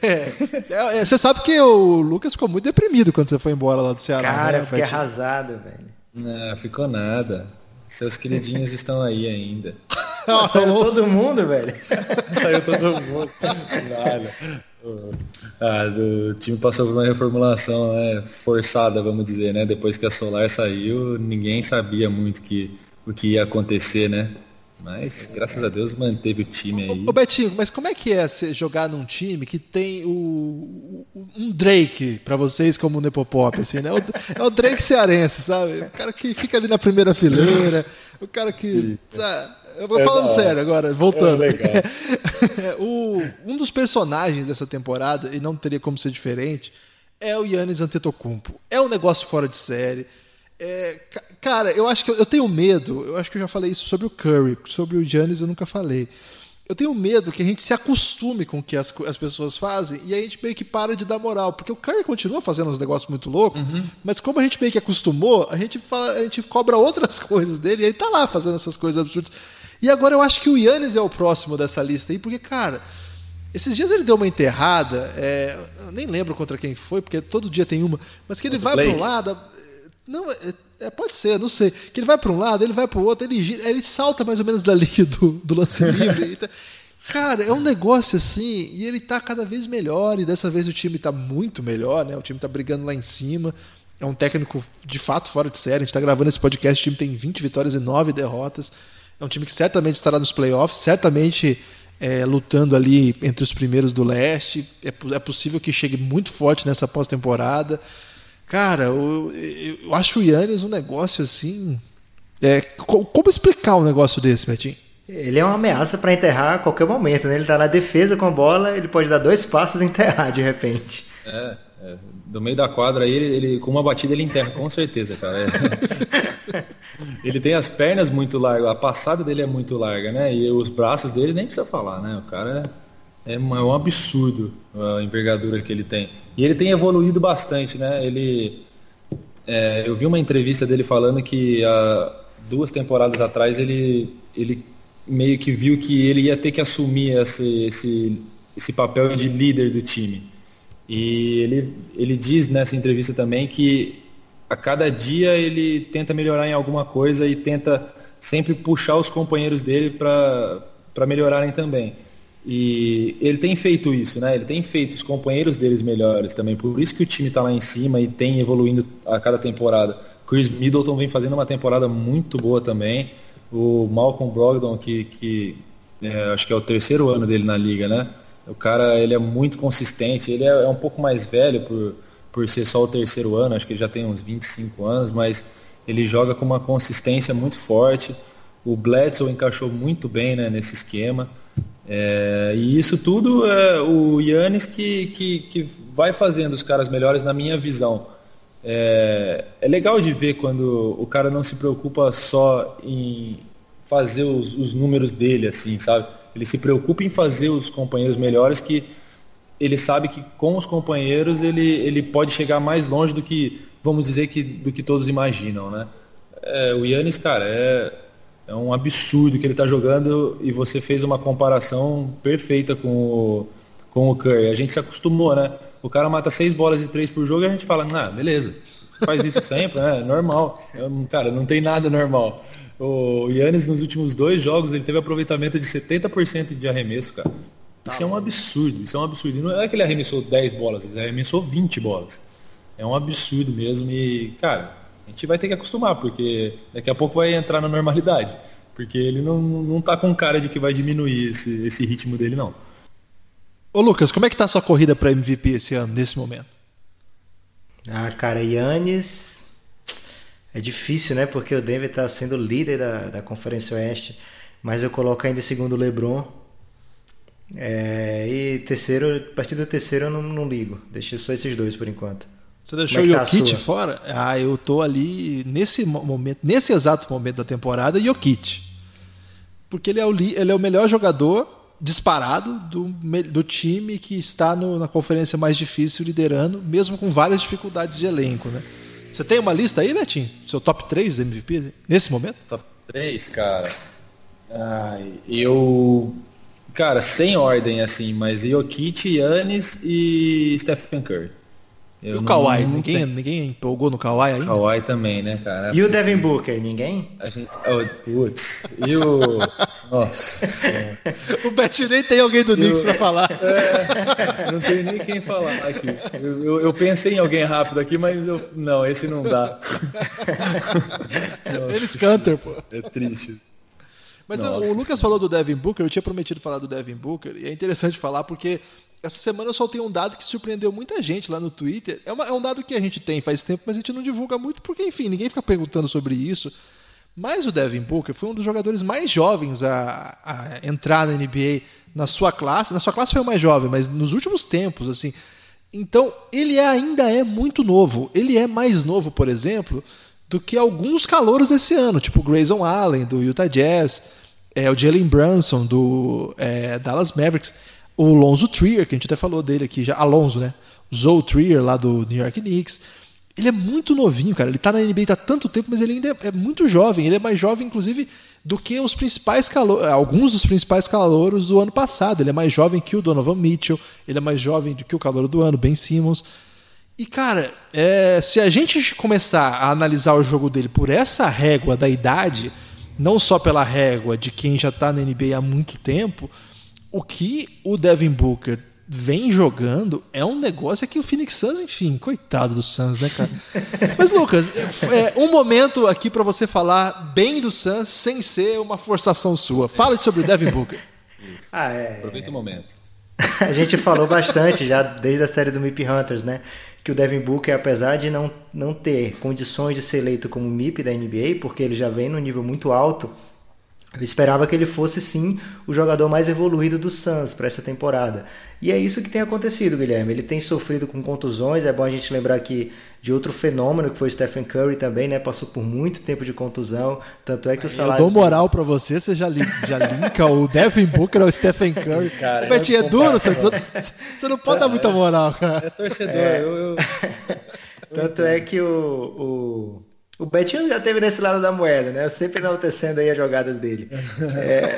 é, é, você sabe que o Lucas ficou muito deprimido quando você foi embora lá do Ceará. Cara, né, fiquei Betinho? arrasado, velho. Não, ficou nada. Seus queridinhos estão aí ainda. Saiu todo mundo, velho. Saiu todo mundo. Nada. Ah, o time passou por uma reformulação, né, forçada, vamos dizer, né? Depois que a Solar saiu, ninguém sabia muito que, o que ia acontecer, né? Mas, graças a Deus, manteve o time aí. Ô, ô Betinho, mas como é que é você jogar num time que tem o, o um Drake pra vocês como o Nepopop, assim, né? O, é o Drake cearense, sabe? O cara que fica ali na primeira fileira, o cara que... Sabe? Eu vou é falando sério agora, voltando. É o, um dos personagens dessa temporada, e não teria como ser diferente, é o Giannis Antetokounmpo. É um negócio fora de série. É, cara, eu acho que eu, eu tenho medo, eu acho que eu já falei isso sobre o Curry, sobre o Giannis eu nunca falei. Eu tenho medo que a gente se acostume com o que as, as pessoas fazem e a gente meio que para de dar moral. Porque o Curry continua fazendo uns negócios muito loucos, uhum. mas como a gente meio que acostumou, a gente, fala, a gente cobra outras coisas dele e ele tá lá fazendo essas coisas absurdas. E agora eu acho que o Giannis é o próximo dessa lista aí, porque, cara, esses dias ele deu uma enterrada, é, eu nem lembro contra quem foi, porque todo dia tem uma, mas que ele vai para um lado... Não, é, pode ser, não sei. Que ele vai para um lado, ele vai para o outro, ele gira, ele salta mais ou menos da linha do, do lance livre. Tá... Cara, é um negócio assim, e ele tá cada vez melhor, e dessa vez o time tá muito melhor, né? O time tá brigando lá em cima. É um técnico de fato fora de série. A gente tá gravando esse podcast, o time tem vinte vitórias e nove derrotas. É um time que certamente estará nos playoffs, certamente é, lutando ali entre os primeiros do leste. É, é possível que chegue muito forte nessa pós-temporada. Cara, eu, eu acho o Giannis um negócio assim... É, como explicar um negócio desse, Betinho? Ele é uma ameaça para enterrar a qualquer momento, né? Ele tá na defesa com a bola, ele pode dar dois passos e enterrar de repente. É, é do meio da quadra aí, ele, ele, com uma batida ele enterra, com certeza, cara. É. Ele tem as pernas muito largas, a passada dele é muito larga, né? E os braços dele nem precisa falar, né? O cara é, é um absurdo a envergadura que ele tem. E ele tem evoluído bastante, né? Ele, é, eu vi uma entrevista dele falando que há duas temporadas atrás ele, ele meio que viu que ele ia ter que assumir esse, esse, esse papel de líder do time. E ele, ele diz nessa entrevista também que a cada dia ele tenta melhorar em alguma coisa e tenta sempre puxar os companheiros dele para melhorarem também. E ele tem feito isso, né? Ele tem feito os companheiros deles melhores também. Por isso que o time está lá em cima e tem evoluindo a cada temporada. Chris Middleton vem fazendo uma temporada muito boa também. O Malcolm Brogdon, que, que é, acho que é o terceiro ano dele na liga, né? O cara, ele é muito consistente. Ele é, é um pouco mais velho por, por ser só o terceiro ano. Acho que ele já tem uns vinte e cinco anos, mas ele joga com uma consistência muito forte. O Bledsoe encaixou muito bem, né, nesse esquema. É, e isso tudo é o Giannis que, que, que vai fazendo os caras melhores na minha visão. É, é legal de ver quando o cara não se preocupa só em fazer os, os números dele, assim, sabe? Ele se preocupa em fazer os companheiros melhores, que ele sabe que com os companheiros ele, ele pode chegar mais longe do que, vamos dizer, que, do que todos imaginam, né? é, o Giannis, cara, é, é um absurdo que ele tá jogando e você fez uma comparação perfeita com o, com o Curry. A gente se acostumou, né? O cara mata seis bolas de três por jogo e a gente fala, ah, beleza, faz isso sempre, né? Normal. Eu, cara, não tem nada normal. O Giannis nos últimos dois jogos ele teve aproveitamento de setenta por cento de arremesso, cara. Isso é um absurdo, isso é um absurdo. E não é que ele arremessou dez bolas, ele arremessou vinte bolas. É um absurdo mesmo e, cara, a gente vai ter que acostumar, porque daqui a pouco vai entrar na normalidade. Porque ele não, não tá com cara de que vai diminuir esse, esse ritmo dele, não. Ô Lucas, como é que tá a sua corrida para M V P esse ano, nesse momento? Ah, cara, Giannis é difícil, né? Porque o Denver tá sendo líder da, da Conferência Oeste, mas eu coloco ainda em segundo o LeBron. É, e terceiro, a partir do terceiro eu não, não ligo. Deixei só esses dois por enquanto. Você deixou o Jokic fora? Ah, eu tô ali nesse momento, nesse exato momento da temporada, Jokic. Porque ele é o, ele é o melhor jogador disparado do, do time que está no, na conferência mais difícil liderando, mesmo com várias dificuldades de elenco, né? Você tem uma lista aí, Betinho? Seu top três M V P nesse momento? Top três, cara. Ai, eu... Cara, sem ordem, assim, mas Jokic, Giannis e Stephen Curry. Eu e o não, Kawhi? Não ninguém, ninguém empolgou no Kawhi ainda? Kawhi também, né, cara? E o Devin Booker? Ninguém? A gente... Oh, putz. E o... Nossa. O Betinho nem tem alguém do Knicks eu... pra falar. É, não tem nem quem falar aqui. Eu, eu, eu pensei em alguém rápido aqui, mas eu... não, esse não dá. Eles cantam, pô. É triste. Mas Nossa. O Lucas falou do Devin Booker, eu tinha prometido falar do Devin Booker, e é interessante falar porque essa semana eu soltei um dado que surpreendeu muita gente lá no Twitter. É, uma, é um dado que a gente tem faz tempo, mas a gente não divulga muito, porque, enfim, ninguém fica perguntando sobre isso. Mas o Devin Booker foi um dos jogadores mais jovens a, a entrar na N B A na sua classe. Na sua classe foi o mais jovem, mas nos últimos tempos, assim. Então, ele é, ainda é muito novo. Ele é mais novo, por exemplo, do que alguns calouros desse ano, tipo o Grayson Allen, do Utah Jazz, é, o Jalen Brunson, do é, Dallas Mavericks, o Lonzo Trier, que a gente até falou dele aqui já, Alonso, né? O Zoe Trier, lá do New York Knicks. Ele é muito novinho, cara. Ele tá na N B A há tanto tempo, mas ele ainda é, é muito jovem. Ele é mais jovem, inclusive, do que os principais calouros, alguns dos principais calouros do ano passado. Ele é mais jovem que o Donovan Mitchell, ele é mais jovem do que o calouro do ano, Ben Simmons. E, cara, é, se a gente começar a analisar o jogo dele por essa régua da idade, não só pela régua de quem já está na N B A há muito tempo, o que o Devin Booker vem jogando é um negócio que o Phoenix Suns, enfim, coitado do Suns, né, cara? Mas, Lucas, é um momento aqui para você falar bem do Suns sem ser uma forçação sua. Fala sobre o Devin Booker. Isso. Ah, é, Aproveita é. o momento. A gente falou bastante já desde a série do M I P Hunters, né? Que o Devin Booker, apesar de não, não ter condições de ser eleito como M I P da N B A, porque ele já vem num nível muito alto, eu esperava que ele fosse sim o jogador mais evoluído do Suns para essa temporada. E é isso que tem acontecido, Guilherme. Ele tem sofrido com contusões, é bom a gente lembrar aqui de outro fenômeno que foi o Stephen Curry também, né? Passou por muito tempo de contusão, tanto é que o salário... Eu dou moral para você, você já, li, já linka o Devin Booker ao Stephen Curry. Cara, o Betinho é duro, você, você não pode é, dar muita moral, cara. É torcedor, é. Eu, eu... Tanto é que o... o... O Betinho já teve nesse lado da moeda, né? Eu sempre enaltecendo aí a jogada dele. É,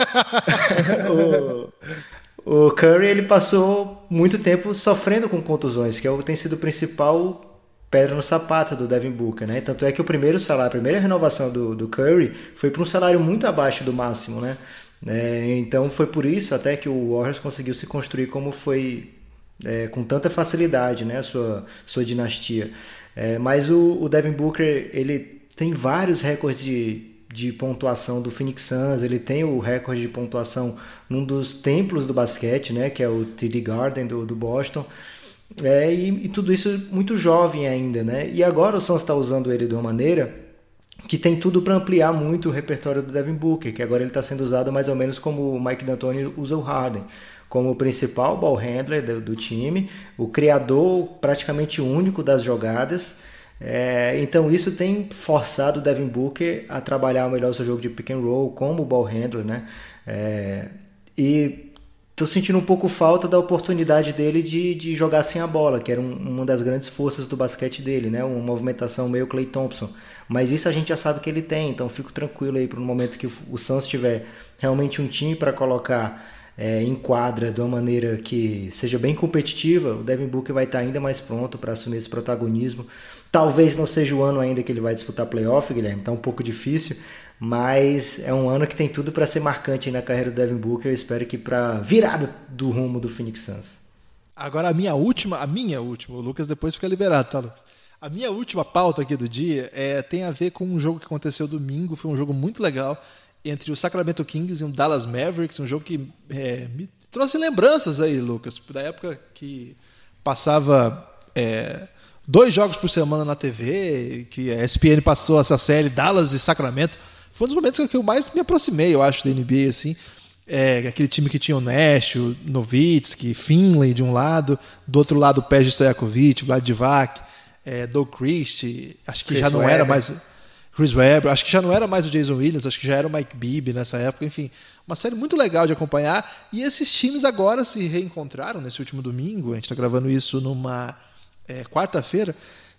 o, o Curry, ele passou muito tempo sofrendo com contusões, que é, tem sido o principal pedra no sapato do Devin Booker, né? Tanto é que o primeiro salário, a primeira renovação do, do Curry foi para um salário muito abaixo do máximo, né? É, então foi por isso até que o Warriors conseguiu se construir como foi, é, com tanta facilidade, né? A sua, sua dinastia. É, mas o, o Devin Booker, ele tem vários recordes de, de pontuação do Phoenix Suns, ele tem o recorde de pontuação num dos templos do basquete, né, que é o T D Garden do, do Boston, é, e, e tudo isso muito jovem ainda, né, e agora o Suns está usando ele de uma maneira que tem tudo para ampliar muito o repertório do Devin Booker, que agora ele está sendo usado mais ou menos como o Mike D'Antoni usa o Harden, como o principal ball handler do, do time, o criador praticamente único das jogadas. É, então isso tem forçado o Devin Booker a trabalhar melhor o seu jogo de pick and roll como ball handler, né? É, e tô sentindo um pouco falta da oportunidade dele de, de jogar sem a bola, que era um, uma das grandes forças do basquete dele, né? Uma movimentação meio Klay Thompson. Mas isso a gente já sabe que ele tem, então fico tranquilo aí para no momento que o Suns tiver realmente um time para colocar é, em quadra de uma maneira que seja bem competitiva, o Devin Booker vai estar ainda mais pronto para assumir esse protagonismo. Talvez não seja o ano ainda que ele vai disputar playoff, Guilherme, tá um pouco difícil, mas é um ano que tem tudo para ser marcante aí na carreira do Devin Booker. Eu espero que para virada do rumo do Phoenix Suns. Agora a minha última, a minha última, o Lucas depois fica liberado, tá, Lucas? A minha última pauta aqui do dia é, tem a ver com um jogo que aconteceu domingo, foi um jogo muito legal entre o Sacramento Kings e o Dallas Mavericks, um jogo que é, me trouxe lembranças aí, Lucas, da época que passava é, dois jogos por semana na T V, que a E S P N passou essa série Dallas e Sacramento. Foi um dos momentos que eu mais me aproximei, eu acho, da N B A, assim. É, aquele time que tinha o Nash, o Nowitzki, Finley de um lado, do outro lado o Peja Stojakovic, o Vladivac, é, Doug Christie, acho que Chris já não Webber. era mais... Chris Webber, acho que já não era mais o Jason Williams, acho que já era o Mike Bibby nessa época, enfim, uma série muito legal de acompanhar, e esses times agora se reencontraram nesse último domingo, a gente está gravando isso numa é, quarta-feira,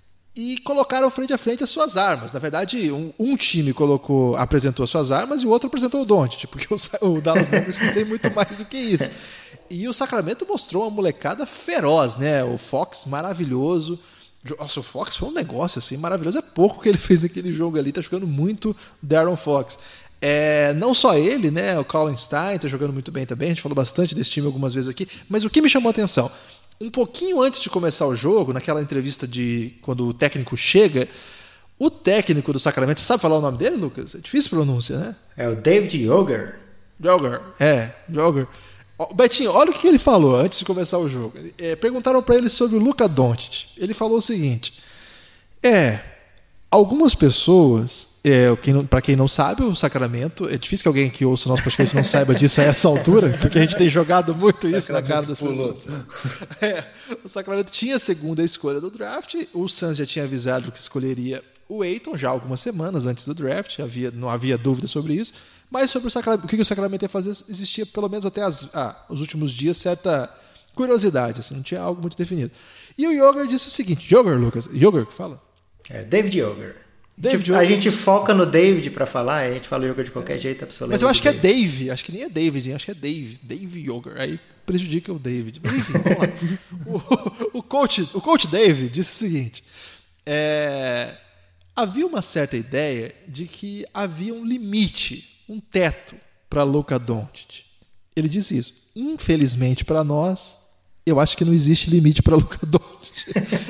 e colocaram frente a frente as suas armas. Na verdade, um, um time colocou, apresentou as suas armas e o outro apresentou o Doncic, porque o, o Dallas Mavericks não tem muito mais do que isso. E o Sacramento mostrou uma molecada feroz, né? O Fox maravilhoso. Nossa, o Fox foi um negócio assim maravilhoso. É pouco que ele fez naquele jogo ali. Tá jogando muito Darren Fox. É, não só ele, né? O Colin Stein tá jogando muito bem também. A gente falou bastante desse time algumas vezes aqui. Mas o que me chamou a atenção, um pouquinho antes de começar o jogo, naquela entrevista de quando o técnico chega, o técnico do Sacramento, sabe falar o nome dele, Lucas? É difícil pronúncia, né? É o David Joger. Joger, é, Joger. Ó, Betinho, olha o que ele falou antes de começar o jogo. É, perguntaram para ele sobre o Luka Doncic. Ele falou o seguinte: é, algumas pessoas, é, para quem não sabe, o Sacramento, é difícil que alguém que ouça o nosso podcast não saiba disso a essa altura, porque a gente tem jogado muito isso na cara das pessoas. É, o Sacramento tinha a segunda escolha do draft, o Suns já tinha avisado que escolheria o Ayton já algumas semanas antes do draft, havia, não havia dúvida sobre isso, mas sobre o, Sacramento, o que o Sacramento ia fazer, existia pelo menos até as, ah, os últimos dias certa curiosidade, assim, não tinha algo muito definido. E o Joger disse o seguinte, Joger, Lucas, Joger que fala? É, David Joger. David a Joger. gente foca no David pra falar, a gente fala Joger de qualquer jeito, a pessoa Mas eu lembra acho do que é David. Dave, acho que nem é David, hein? Acho que é Dave, Dave Joger, aí prejudica o David. Mas enfim, vamos lá. O, o, coach, o coach Dave disse o seguinte, é, havia uma certa ideia de que havia um limite, um teto para Luka Doncic. Ele disse isso. Infelizmente para nós, eu acho que não existe limite para Luka Doncic.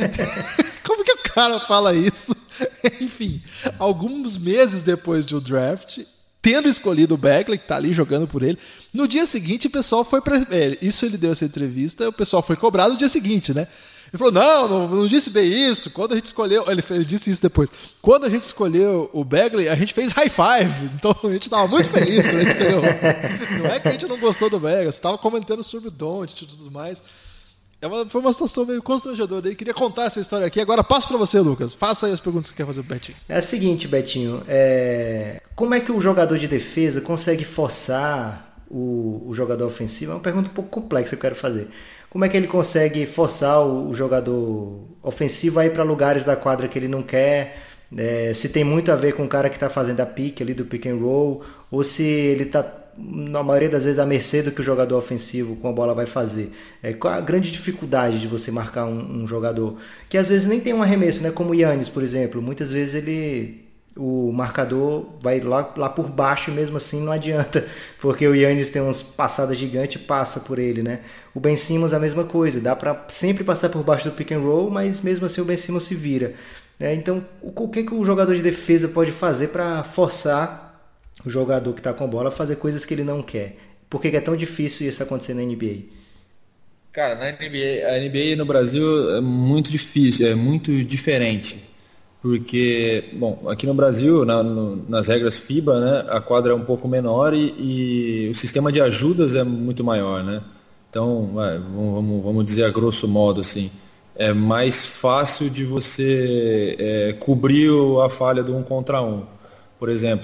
Como que o cara fala isso? Enfim, alguns meses depois do draft, tendo escolhido o Bagley, que está ali jogando por ele, no dia seguinte o pessoal foi para é, isso ele deu essa entrevista, o pessoal foi cobrado no dia seguinte, né? Ele falou, não, não, não disse bem isso. Quando a gente escolheu... Ele, ele disse isso depois. Quando a gente escolheu o Bagley, a gente fez high five. Então a gente estava muito feliz quando a gente escolheu. Não é que a gente não gostou do Bagley. Você estava comentando sobre o Doncic e tudo mais. É uma, foi uma situação meio constrangedora. Eu queria contar essa história aqui. Agora passo para você, Lucas. Faça aí as perguntas que você quer fazer pro Betinho. É a seguinte, Betinho. É... Como é que o jogador de defesa consegue forçar o, o jogador ofensivo? É uma pergunta um pouco complexa que eu quero fazer. Como é que ele consegue forçar o jogador ofensivo a ir para lugares da quadra que ele não quer? É, se tem muito a ver com o cara que está fazendo a pick ali do pick and roll, ou se ele está, na maioria das vezes, à mercê do que o jogador ofensivo com a bola vai fazer. É, qual a grande dificuldade de você marcar um, um jogador que às vezes nem tem um arremesso, né? Como o Giannis, por exemplo. Muitas vezes ele... o marcador vai lá, lá por baixo, mesmo assim não adianta, porque o Giannis tem umas passadas gigantes e passa por ele, né? O Ben Simmons a mesma coisa, dá para sempre passar por baixo do pick and roll, mas mesmo assim o Ben Simmons se vira, né? Então, o que, que o jogador de defesa pode fazer para forçar o jogador que está com a bola a fazer coisas que ele não quer? Por que é tão difícil isso acontecer na N B A? Cara, na N B A, a N B A no Brasil é muito difícil, é muito diferente. Porque, bom, aqui no Brasil, na, no, nas regras FIBA, né, a quadra é um pouco menor e, e o sistema de ajudas é muito maior, né? Então, vai, vamos, vamos dizer a grosso modo, assim, é mais fácil de você é, cobrir a falha do um contra um. Por exemplo,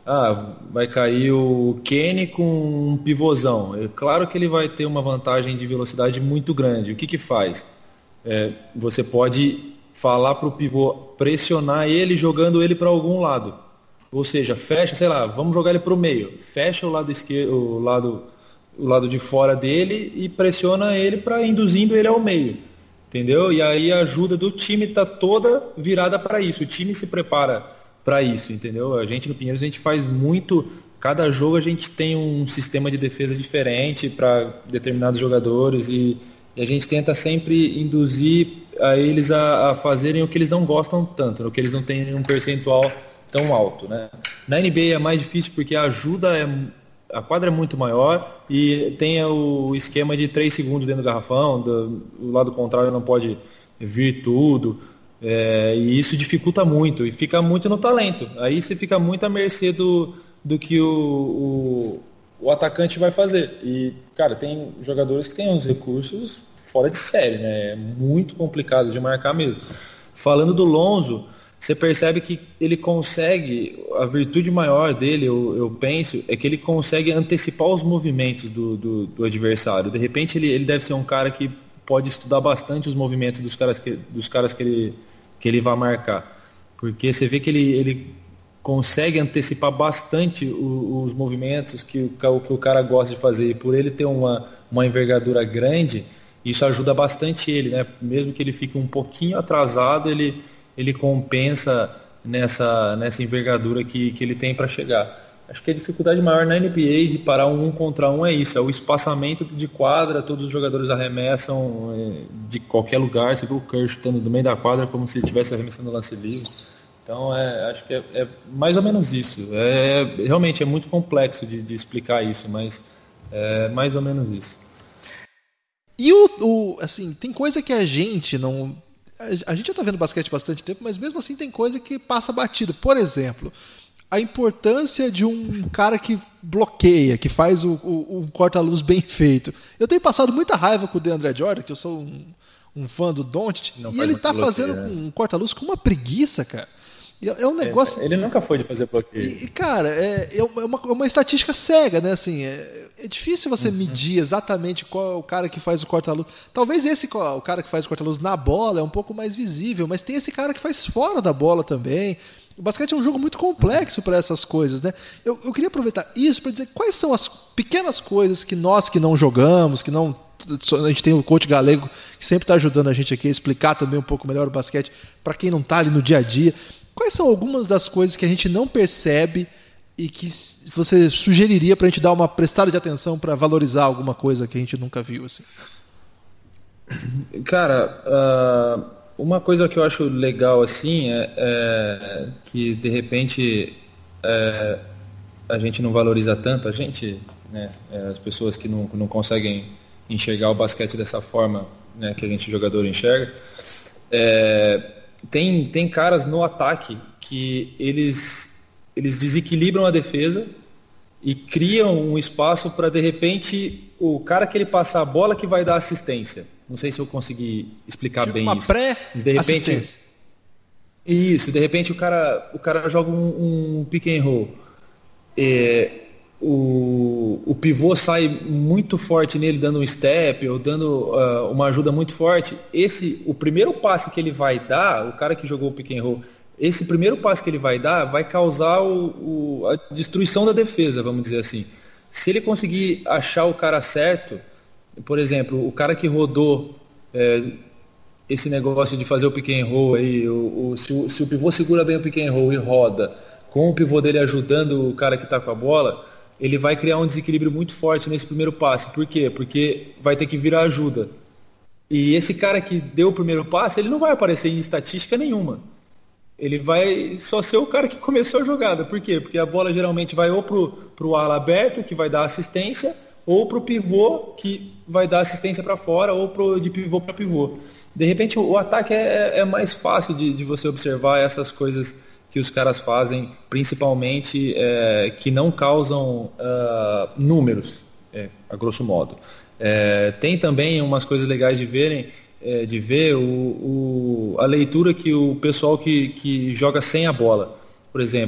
ah, vai cair o Kenny com um pivôzão. É claro que ele vai ter uma vantagem de velocidade muito grande. O que que faz? É, você pode falar para o pivô pressionar ele jogando ele para algum lado. Ou seja, fecha, sei lá, vamos jogar ele para o meio. Fecha o lado esquerdo, o lado, o lado de fora dele e pressiona ele para induzindo ele ao meio. Entendeu? E aí a ajuda do time está toda virada para isso. O time se prepara para isso, entendeu? A gente no Pinheiros a gente faz muito. Cada jogo a gente tem um sistema de defesa diferente para determinados jogadores e, e a gente tenta sempre induzir a eles a, a fazerem o que eles não gostam tanto, o que eles não têm um percentual tão alto, né? Na N B A é mais difícil porque a ajuda é a quadra é muito maior e tem o esquema de três segundos dentro do garrafão, do, do lado contrário não pode vir tudo, é, e isso dificulta muito e fica muito no talento. Aí você fica muito à mercê do, do que o, o, o atacante vai fazer. E, cara, tem jogadores que têm uns recursos fora de série, né? É muito complicado de marcar mesmo. Falando do Lonzo, você percebe que ele consegue, a virtude maior dele, eu, eu penso, é que ele consegue antecipar os movimentos do, do, do adversário. De repente ele, ele deve ser um cara que pode estudar bastante os movimentos dos caras que, dos caras que, ele, que ele vai marcar. Porque você vê que ele, ele consegue antecipar bastante o, os movimentos que o, que o cara gosta de fazer. E por ele ter uma, uma envergadura grande, isso ajuda bastante ele, né? Mesmo que ele fique um pouquinho atrasado, ele... ele compensa nessa, nessa envergadura que, que ele tem para chegar. Acho que a dificuldade maior na N B A de parar um, um contra um é isso, é o espaçamento de quadra, todos os jogadores arremessam é, de qualquer lugar, você vê o Curry chutando do meio da quadra como se estivesse arremessando lance livre. Então é, acho que é, é mais ou menos isso. É, realmente é muito complexo de, de explicar isso, mas é mais ou menos isso. E o, o assim, tem coisa que a gente não... A gente já está vendo basquete há bastante tempo, mas mesmo assim tem coisa que passa batido. Por exemplo, a importância de um cara que bloqueia, que faz o, o, um corta-luz bem feito. Eu tenho passado muita raiva com o DeAndre Jordan, que eu sou um, um fã do Doncic, e ele está fazendo né? um corta-luz com uma preguiça, cara. É um negócio... É, ele nunca foi de fazer bloqueio. E, cara, é, é, uma, é uma estatística cega, né? Assim, é, é difícil você uhum. medir exatamente qual é o cara que faz o corta-luz. Talvez esse, o cara que faz o corta-luz na bola é um pouco mais visível, mas tem esse cara que faz fora da bola também. O basquete é um jogo muito complexo para essas coisas, né? Eu, eu queria aproveitar isso para dizer quais são as pequenas coisas que nós que não jogamos, que não... A gente tem o coach Galego que sempre está ajudando a gente aqui a explicar também um pouco melhor o basquete para quem não está ali no dia a dia. Quais são algumas das coisas que a gente não percebe e que você sugeriria para a gente dar uma prestada de atenção para valorizar alguma coisa que a gente nunca viu? Assim? Cara, uh, uma coisa que eu acho legal assim é, é que de repente é, a gente não valoriza tanto, a gente, né, as pessoas que não, não conseguem enxergar o basquete dessa forma, né, que a gente jogador enxerga, é, Tem, tem caras no ataque que eles, eles desequilibram a defesa e criam um espaço para, de repente, o cara que ele passar a bola que vai dar assistência. Não sei se eu consegui explicar tipo bem uma isso. pré-assistência. Isso, de repente o cara, o cara joga um, um pick and roll. É, o, o pivô sai muito forte nele, dando um step ou dando uh, uma ajuda muito forte. Esse, o primeiro passe que ele vai dar, o cara que jogou o pick and roll, esse primeiro passe que ele vai dar vai causar o, o, a destruição da defesa, vamos dizer assim. Se ele conseguir achar o cara certo, por exemplo, o cara que rodou é, esse negócio de fazer o pick and roll aí, o, o, se, o, se o pivô segura bem o pick and roll e roda, com o pivô dele ajudando o cara que está com a bola, ele vai criar um desequilíbrio muito forte nesse primeiro passe. Por quê? Porque vai ter que virar ajuda. E esse cara que deu o primeiro passe, ele não vai aparecer em estatística nenhuma. Ele vai só ser o cara que começou a jogada. Por quê? Porque a bola geralmente vai ou pro, pro ala aberto, que vai dar assistência, ou pro pivô, que vai dar assistência para fora, ou pro, de pivô para pivô. De repente, o, o ataque é, é mais fácil de, de você observar essas coisas que os caras fazem, principalmente é, que não causam uh, números, é, a grosso modo. É, tem também umas coisas legais de verem, é, de ver o, o, a leitura que o pessoal que, que joga sem a bola, por exemplo,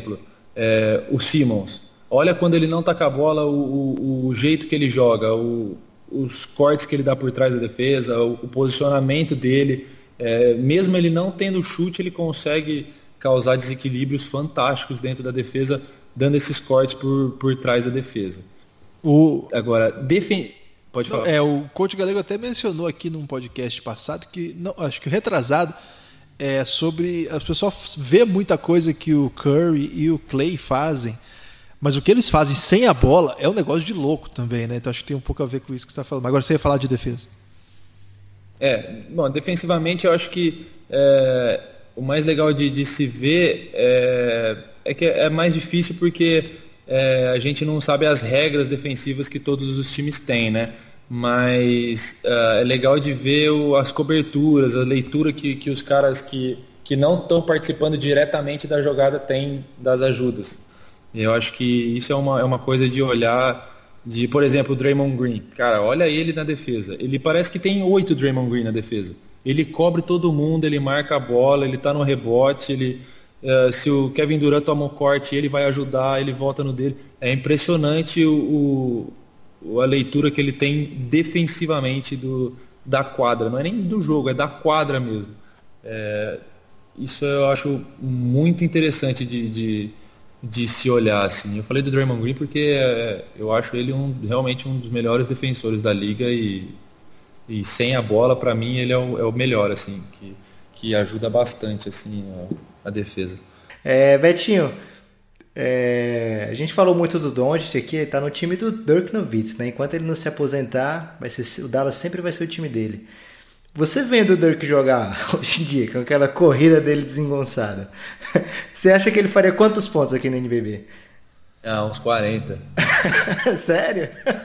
É, o Simmons, olha quando ele não tá com a bola, o, o, o jeito que ele joga, o, os cortes que ele dá por trás da defesa, o, o posicionamento dele, é, mesmo ele não tendo chute, ele consegue causar desequilíbrios fantásticos dentro da defesa, dando esses cortes por, por trás da defesa. O... Agora, defen... pode falar. É, o coach Galego até mencionou aqui num podcast passado, que não, acho que o retrasado, é sobre as pessoas vê muita coisa que o Curry e o Clay fazem, mas o que eles fazem sem a bola é um negócio de louco também, né? Então acho que tem um pouco a ver com isso que você está falando. Agora você ia falar de defesa. É, bom, defensivamente eu acho que é, o mais legal de, de se ver é, é que é mais difícil porque é, a gente não sabe as regras defensivas que todos os times têm, né? Mas uh, é legal de ver o, as coberturas, a leitura que, que os caras que, que não estão participando diretamente da jogada têm das ajudas. E eu acho que isso é uma, é uma coisa de olhar, de, por exemplo, o Draymond Green. Cara, olha ele na defesa. Ele parece que tem oito Draymond Green na defesa. Ele cobre todo mundo, ele marca a bola, ele está no rebote, ele, uh, se o Kevin Durant toma um corte, ele vai ajudar, ele volta no dele. É impressionante o... o a leitura que ele tem defensivamente do, da quadra, não é nem do jogo, é da quadra mesmo. É, isso eu acho muito interessante de, de, de se olhar assim. Eu falei do Draymond Green porque é, eu acho ele um, realmente um dos melhores defensores da liga e, e sem a bola, para mim, ele é o, é o melhor, assim, que, que ajuda bastante assim, a, a defesa. É, Betinho, É, a gente falou muito do Doncic aqui, ele tá no time do Dirk Nowitzki, né? Enquanto ele não se aposentar, vai ser, o Dallas sempre vai ser o time dele. Você vendo o Dirk jogar hoje em dia, com aquela corrida dele desengonçada, você acha que ele faria quantos pontos aqui no N B B? Ah, uns quarenta. Sério?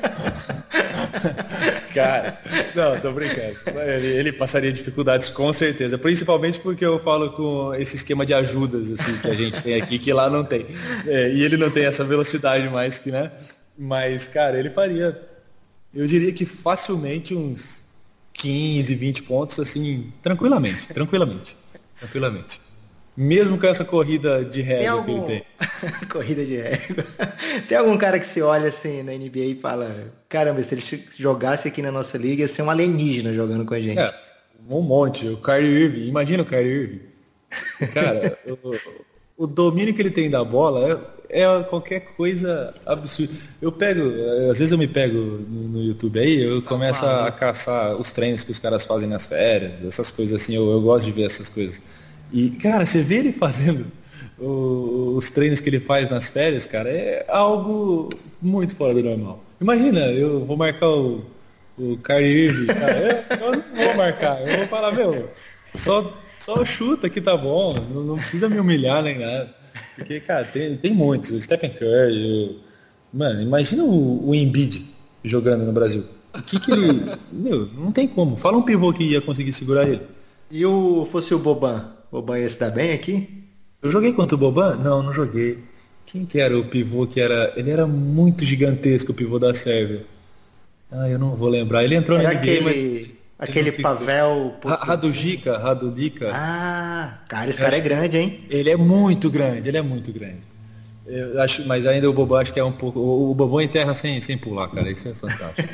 Cara, não, tô brincando. Ele, ele passaria dificuldades com certeza, principalmente porque eu falo com esse esquema de ajudas assim, que a gente tem aqui, que lá não tem. É, e ele não tem essa velocidade mais que, né? Mas, cara, ele faria, eu diria que facilmente uns quinze, vinte pontos, assim, tranquilamente, tranquilamente, tranquilamente. Mesmo com essa corrida de régua algum... que ele tem. Corrida de régua. Tem algum cara que se olha assim na N B A e fala, caramba, se ele jogasse aqui na nossa liga, ia ser um alienígena jogando com a gente. É, um monte. O Kyrie Irving, imagina o Kyrie Irving. Cara, o, o domínio que ele tem da bola é, é qualquer coisa absurda. Eu pego, às vezes eu me pego no, no YouTube aí, eu começo ah, a, a caçar os treinos que os caras fazem nas férias, essas coisas assim, eu, eu gosto de ver essas coisas. E, cara, você vê ele fazendo o, os treinos que ele faz nas férias, cara, é algo muito fora do normal. Imagina, eu vou marcar o, o Kyrie Irving, cara, eu, eu não vou marcar, eu vou falar, meu, só, só chuta que tá bom, não, não precisa me humilhar nem nada. Porque, cara, tem, tem muitos, o Stephen Curry, o, mano, imagina o, o Embiid jogando no Brasil. O que que ele... Meu, não tem como. Fala um pivô que ia conseguir segurar ele. E o fosse o Boban? O Boban ia se dar bem aqui? Eu joguei contra o Boban? Não, não joguei. Quem que era o pivô que era... Ele era muito gigantesco, o pivô da Sérvia. Ah, eu não vou lembrar. Ele entrou era na N B A, aquele... mas... Aquele Pavel... Raduljica, Raduljica. Ah, cara, esse eu cara é grande, hein? Ele é muito grande, ele é muito grande. Eu acho, mas ainda o Boban acho que é um pouco... O Boban enterra sem, sem pular, cara. Isso é fantástico.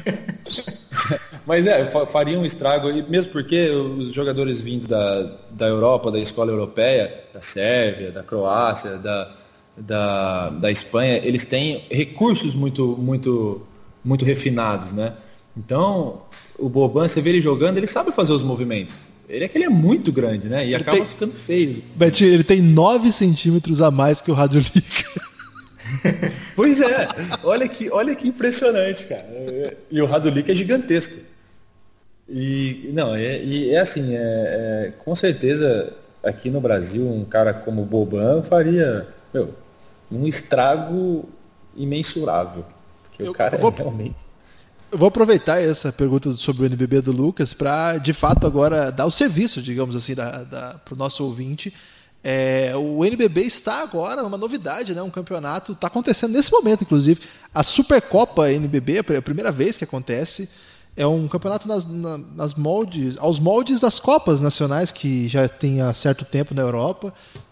Mas é, faria um estrago, mesmo porque os jogadores vindos da, da Europa, da escola europeia, da Sérvia, da Croácia, da, da, da Espanha, eles têm recursos muito, muito, muito refinados, né? Então, o Boban, você vê ele jogando, ele sabe fazer os movimentos. Ele é que ele é muito grande, né? E ele acaba tem... ficando feio. Betinho, ele tem nove centímetros a mais que o Raduljica. Pois é, olha que, olha que impressionante, cara. E o Raduljica é gigantesco. E não, é, e é assim, é, é, com certeza aqui no Brasil um cara como o Boban faria, meu, um estrago imensurável. Porque eu, o cara vou, é realmente. Eu vou aproveitar essa pergunta sobre o N B B do Lucas para, de fato, agora dar o serviço, digamos assim, da, da, para o nosso ouvinte. É, o N B B está agora uma novidade, né? Um campeonato, está acontecendo nesse momento, inclusive. A Supercopa N B B, é a primeira vez que acontece, é um campeonato nas, nas moldes, aos moldes das Copas Nacionais, que já tem há certo tempo na Europa.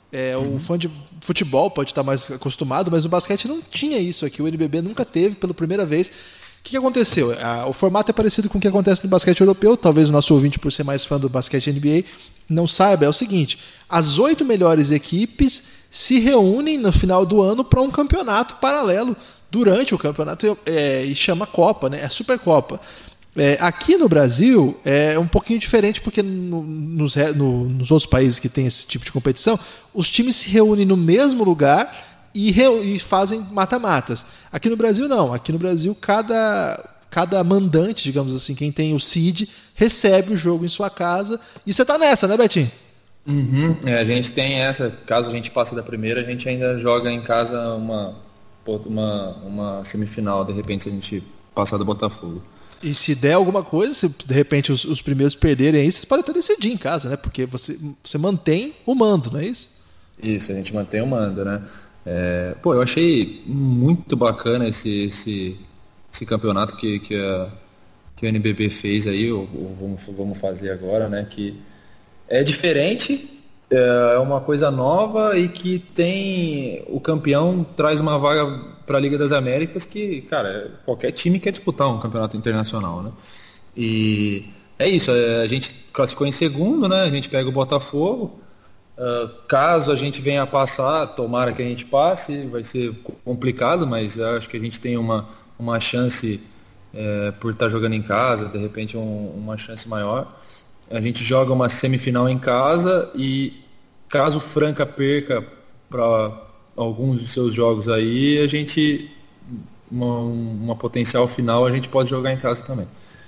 É, o fã de futebol pode estar mais acostumado, mas no basquete não tinha isso aqui. O N B B nunca teve pela primeira vez. O que, que aconteceu? Ah, o formato é parecido com o que acontece no basquete europeu. Talvez o nosso ouvinte, por ser mais fã do basquete N B A, não saiba. É o seguinte: as oito melhores equipes se reúnem no final do ano para um campeonato paralelo durante o campeonato é, e chama Copa, né? É Supercopa. É, aqui no Brasil é um pouquinho diferente, porque no, nos, no, nos outros países que tem esse tipo de competição, os times se reúnem no mesmo lugar e, re, e fazem mata-matas. Aqui no Brasil não. Aqui no Brasil cada, cada mandante, digamos assim, quem tem o seed, recebe o jogo em sua casa. E você tá nessa, né, Betinho? Uhum. É, a gente tem essa, caso a gente passe da primeira, a gente ainda joga em casa uma, uma, uma semifinal, de repente, se a gente passar do Botafogo. E se der alguma coisa, se de repente os, os primeiros perderem aí, vocês podem até decidir em casa, né? Porque você, você mantém o mando, não é isso? Isso, a gente mantém o mando, né? É, pô, eu achei muito bacana esse, esse, esse campeonato que, que, a, que o N B B fez aí, ou, ou vamos, vamos fazer agora, né? Que é diferente, é uma coisa nova e que tem o campeão traz uma vaga para a Liga das Américas que, cara, qualquer time quer disputar um campeonato internacional, né? E é isso, a gente classificou em segundo, né? A gente pega o Botafogo. Uh, caso a gente venha a passar, tomara que a gente passe, vai ser complicado, mas eu acho que a gente tem uma, uma chance é, por estar jogando em casa, de repente um, uma chance maior. A gente joga uma semifinal em casa e caso o Franca perca para alguns dos seus jogos aí, a gente uma, uma potencial final a gente pode jogar em casa também.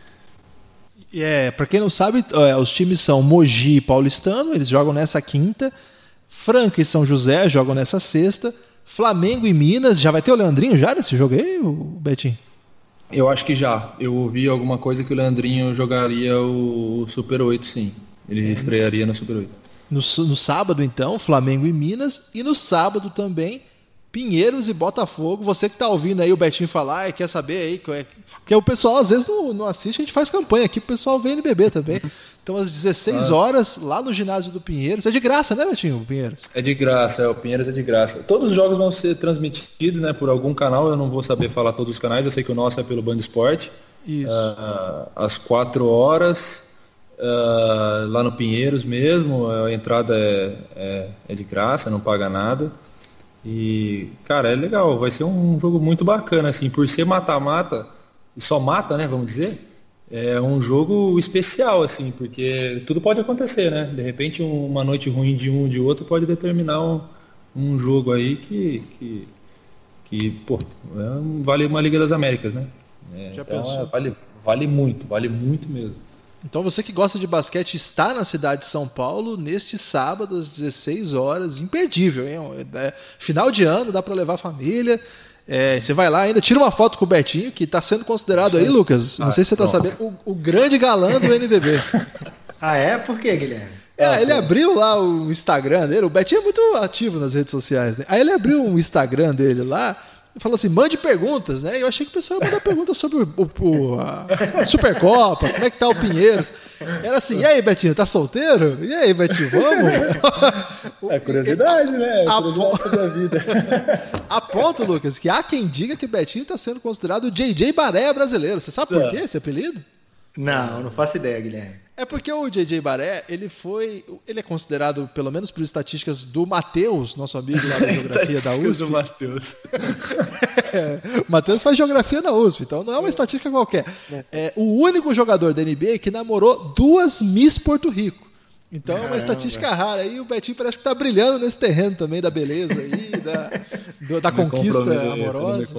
É, para quem não sabe, os times são Mogi e Paulistano, eles jogam nessa quinta. Franca e São José jogam nessa sexta. Flamengo e Minas, já vai ter o Leandrinho já nesse jogo aí, o Betinho? Eu acho que já. Eu ouvi alguma coisa que o Leandrinho jogaria o Super oito, sim. Ele é. estrearia no Super oito. No, no sábado, então, Flamengo e Minas. E no sábado também, Pinheiros e Botafogo. Você que está ouvindo aí o Betinho falar e quer saber aí... Porque o pessoal às vezes não, não assiste, a gente faz campanha aqui, o pessoal vem N B B também. Então às dezesseis horas, lá no ginásio do Pinheiros. É de graça, né, Betinho, o Pinheiros? É de graça, é, o Pinheiros é de graça. Todos os jogos vão ser transmitidos, né, por algum canal, eu não vou saber falar todos os canais, eu sei que o nosso é pelo Band Esporte. Isso. Uh, às quatro horas, uh, lá no Pinheiros mesmo, a entrada é, é, é de graça, não paga nada. E, cara, é legal, vai ser um jogo muito bacana, assim, por ser mata-mata, e só mata, né, vamos dizer, é um jogo especial, assim, porque tudo pode acontecer, né, de repente uma noite ruim de um ou de outro pode determinar um, um jogo aí que, que, que pô, é, vale uma Liga das Américas, né, é, então é, vale, vale muito, vale muito mesmo. Então você que gosta de basquete está na cidade de São Paulo neste sábado às dezesseis horas, imperdível, hein? É, final de ano, dá para levar a família. É, você vai lá ainda, tira uma foto com o Betinho, que está sendo considerado aí, Lucas, não ah, sei se você está sabendo, o, o grande galã do N B B. Ah, é? Por quê, Guilherme? É, ele abriu lá o Instagram dele, o Betinho é muito ativo nas redes sociais, né? Aí ele abriu o Instagram dele lá, e falou assim, mande perguntas, né? Eu achei que o pessoal ia mandar perguntas sobre o, o, a Supercopa, como é que tá o Pinheiros. Era assim, e aí, Betinho, tá solteiro? E aí, Betinho, vamos? É curiosidade, né? É curiosidade sobre a vida. A ponto, Lucas, que há quem diga que Betinho tá sendo considerado o J J Baré brasileiro. Você sabe por quê esse apelido? Não, não faço ideia, Guilherme. É porque o J J Baré, ele foi, ele é considerado, pelo menos por estatísticas do Matheus, nosso amigo lá da geografia da U S P. do Matheus. É, o Matheus faz geografia na U S P, então não é uma estatística qualquer. É o único jogador da N B A que namorou duas Miss Porto Rico. Então é uma estatística rara. Aí o Betinho parece que tá brilhando nesse terreno também da beleza aí, da, do, da conquista amorosa.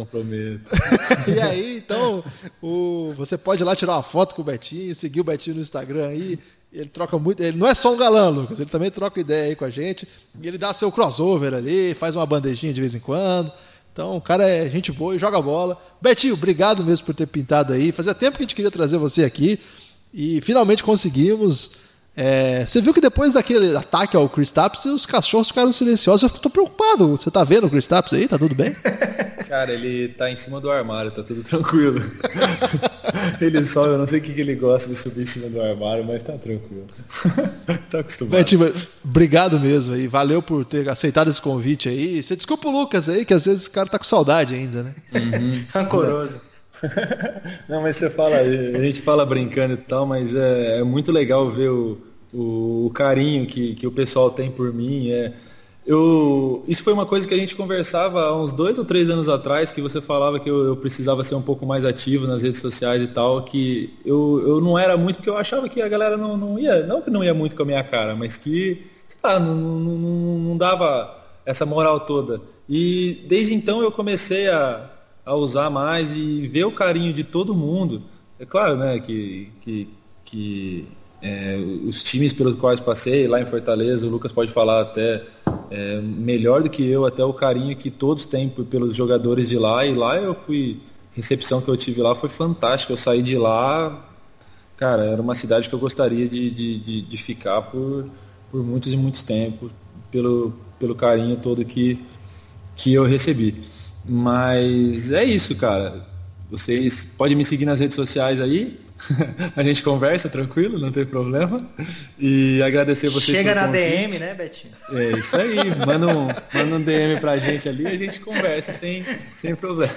E aí, então, o, você pode ir lá tirar uma foto com o Betinho, seguir o Betinho no Instagram aí. Ele troca muito. Ele não é só um galã, Lucas, ele também troca ideia aí com a gente. E ele dá seu crossover ali, faz uma bandejinha de vez em quando. Então, o cara é gente boa e joga bola. Betinho, obrigado mesmo por ter pintado aí. Fazia tempo que a gente queria trazer você aqui. E finalmente conseguimos. É, você viu que depois daquele ataque ao Kristaps, os cachorros ficaram silenciosos. Eu tô preocupado. Você tá vendo o Kristaps aí? Tá tudo bem? Cara, ele tá em cima do armário, tá tudo tranquilo. Ele sobe, eu não sei o que, que ele gosta de subir em cima do armário, mas tá tranquilo. Tá acostumado. Betinho, obrigado mesmo aí. Valeu por ter aceitado esse convite aí. Você desculpa o Lucas aí, que às vezes o cara tá com saudade ainda, né? Uhum. Rancoroso. Não, mas você fala, a gente fala brincando e tal, mas é, é muito legal ver o, o, o carinho que, que o pessoal tem por mim. É, eu, isso foi uma coisa que a gente conversava há uns dois ou três anos atrás, que você falava que eu, eu precisava ser um pouco mais ativo nas redes sociais e tal, que eu, eu não era muito, porque eu achava que a galera não, não ia, não que não ia muito com a minha cara, mas que, sei lá, não, não, não, não dava essa moral toda. E desde então eu comecei a a usar mais e ver o carinho de todo mundo. É claro, né, que, que, que é, os times pelos quais passei lá em Fortaleza, o Lucas pode falar até é, melhor do que eu, até o carinho que todos têm pelos jogadores de lá, e lá eu fui, a recepção que eu tive lá foi fantástica. Eu saí de lá, cara, era uma cidade que eu gostaria de, de, de, de ficar por, por muitos e muitos tempos, pelo, pelo carinho todo que, que eu recebi. Mas é isso, cara. Vocês podem me seguir nas redes sociais aí. A gente conversa tranquilo, não tem problema. E agradecer vocês Chega pelo na convite. D M, né, Betinho? É isso aí. Manda um, manda um D M pra gente ali e a gente conversa sem, sem problema.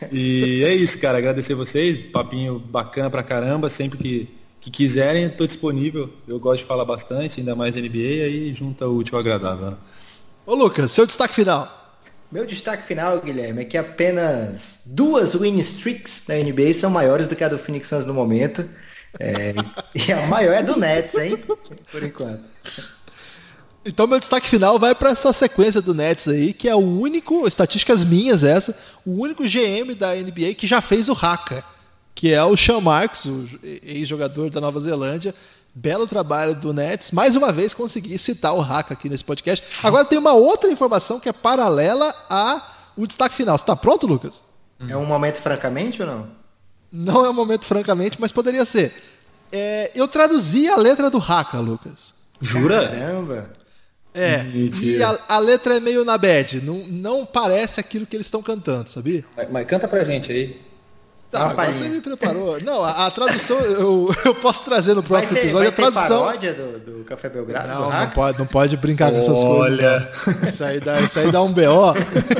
E é isso, cara. Agradecer vocês. Papinho bacana pra caramba. Sempre que, que quiserem, tô disponível. Eu gosto de falar bastante, ainda mais N B A. Aí junta o útil ao agradável, né? Ô Lucas, seu destaque final. Meu destaque final, Guilherme, é que apenas duas win streaks da N B A são maiores do que a do Phoenix Suns no momento. É, e a maior é do Nets, hein? Por enquanto. Então meu destaque final vai para essa sequência do Nets aí, que é o único, estatísticas minhas essa, o único G M da N B A que já fez o haka, que é o Sean Marks, o ex-jogador da Nova Zelândia. Belo trabalho do Nets. Mais uma vez consegui citar o haka aqui nesse podcast. Agora tem uma outra informação que é paralela ao destaque final. Você está pronto, Lucas? É um momento francamente ou não? Não é um momento francamente, mas poderia ser. É, eu traduzi a letra do haka, Lucas. Jura? Caramba! É, Mentira. e a, a letra é meio na bad. Não, não parece aquilo que eles estão cantando, sabia? Mas, mas canta pra gente aí. Tá, agora você me preparou. Não, a, a tradução eu, eu posso trazer no próximo vai ter, episódio. Vai ter a tradução. paródia do, do Café Belgrado? Não, do não pode, não pode brincar com essas Olha. coisas. Não. Isso aí dá, isso aí dá um B O.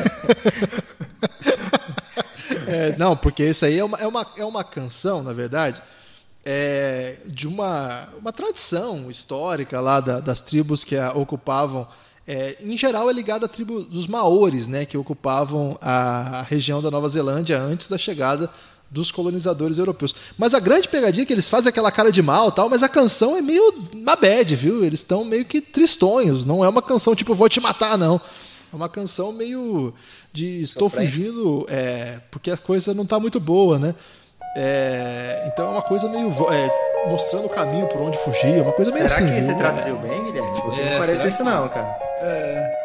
É, não, porque isso aí é uma, é uma, é uma canção, na verdade, é, de uma, uma tradição histórica lá da, das tribos que a ocupavam. É, em geral é ligado à tribo dos Maores, né, que ocupavam a, a região da Nova Zelândia antes da chegada dos colonizadores europeus. Mas a grande pegadinha é que eles fazem aquela cara de mal, tal, mas a canção é meio na bad, viu? Eles estão meio que tristonhos. Não é uma canção tipo vou te matar, não. É uma canção meio de estou fugindo, é, porque a coisa não está muito boa, né? É, então é uma coisa meio é, mostrando o caminho por onde fugir, é uma coisa meio Será assim. que você viu? traduziu bem, Guilherme? Porque É, não parece será isso que- não, cara. É,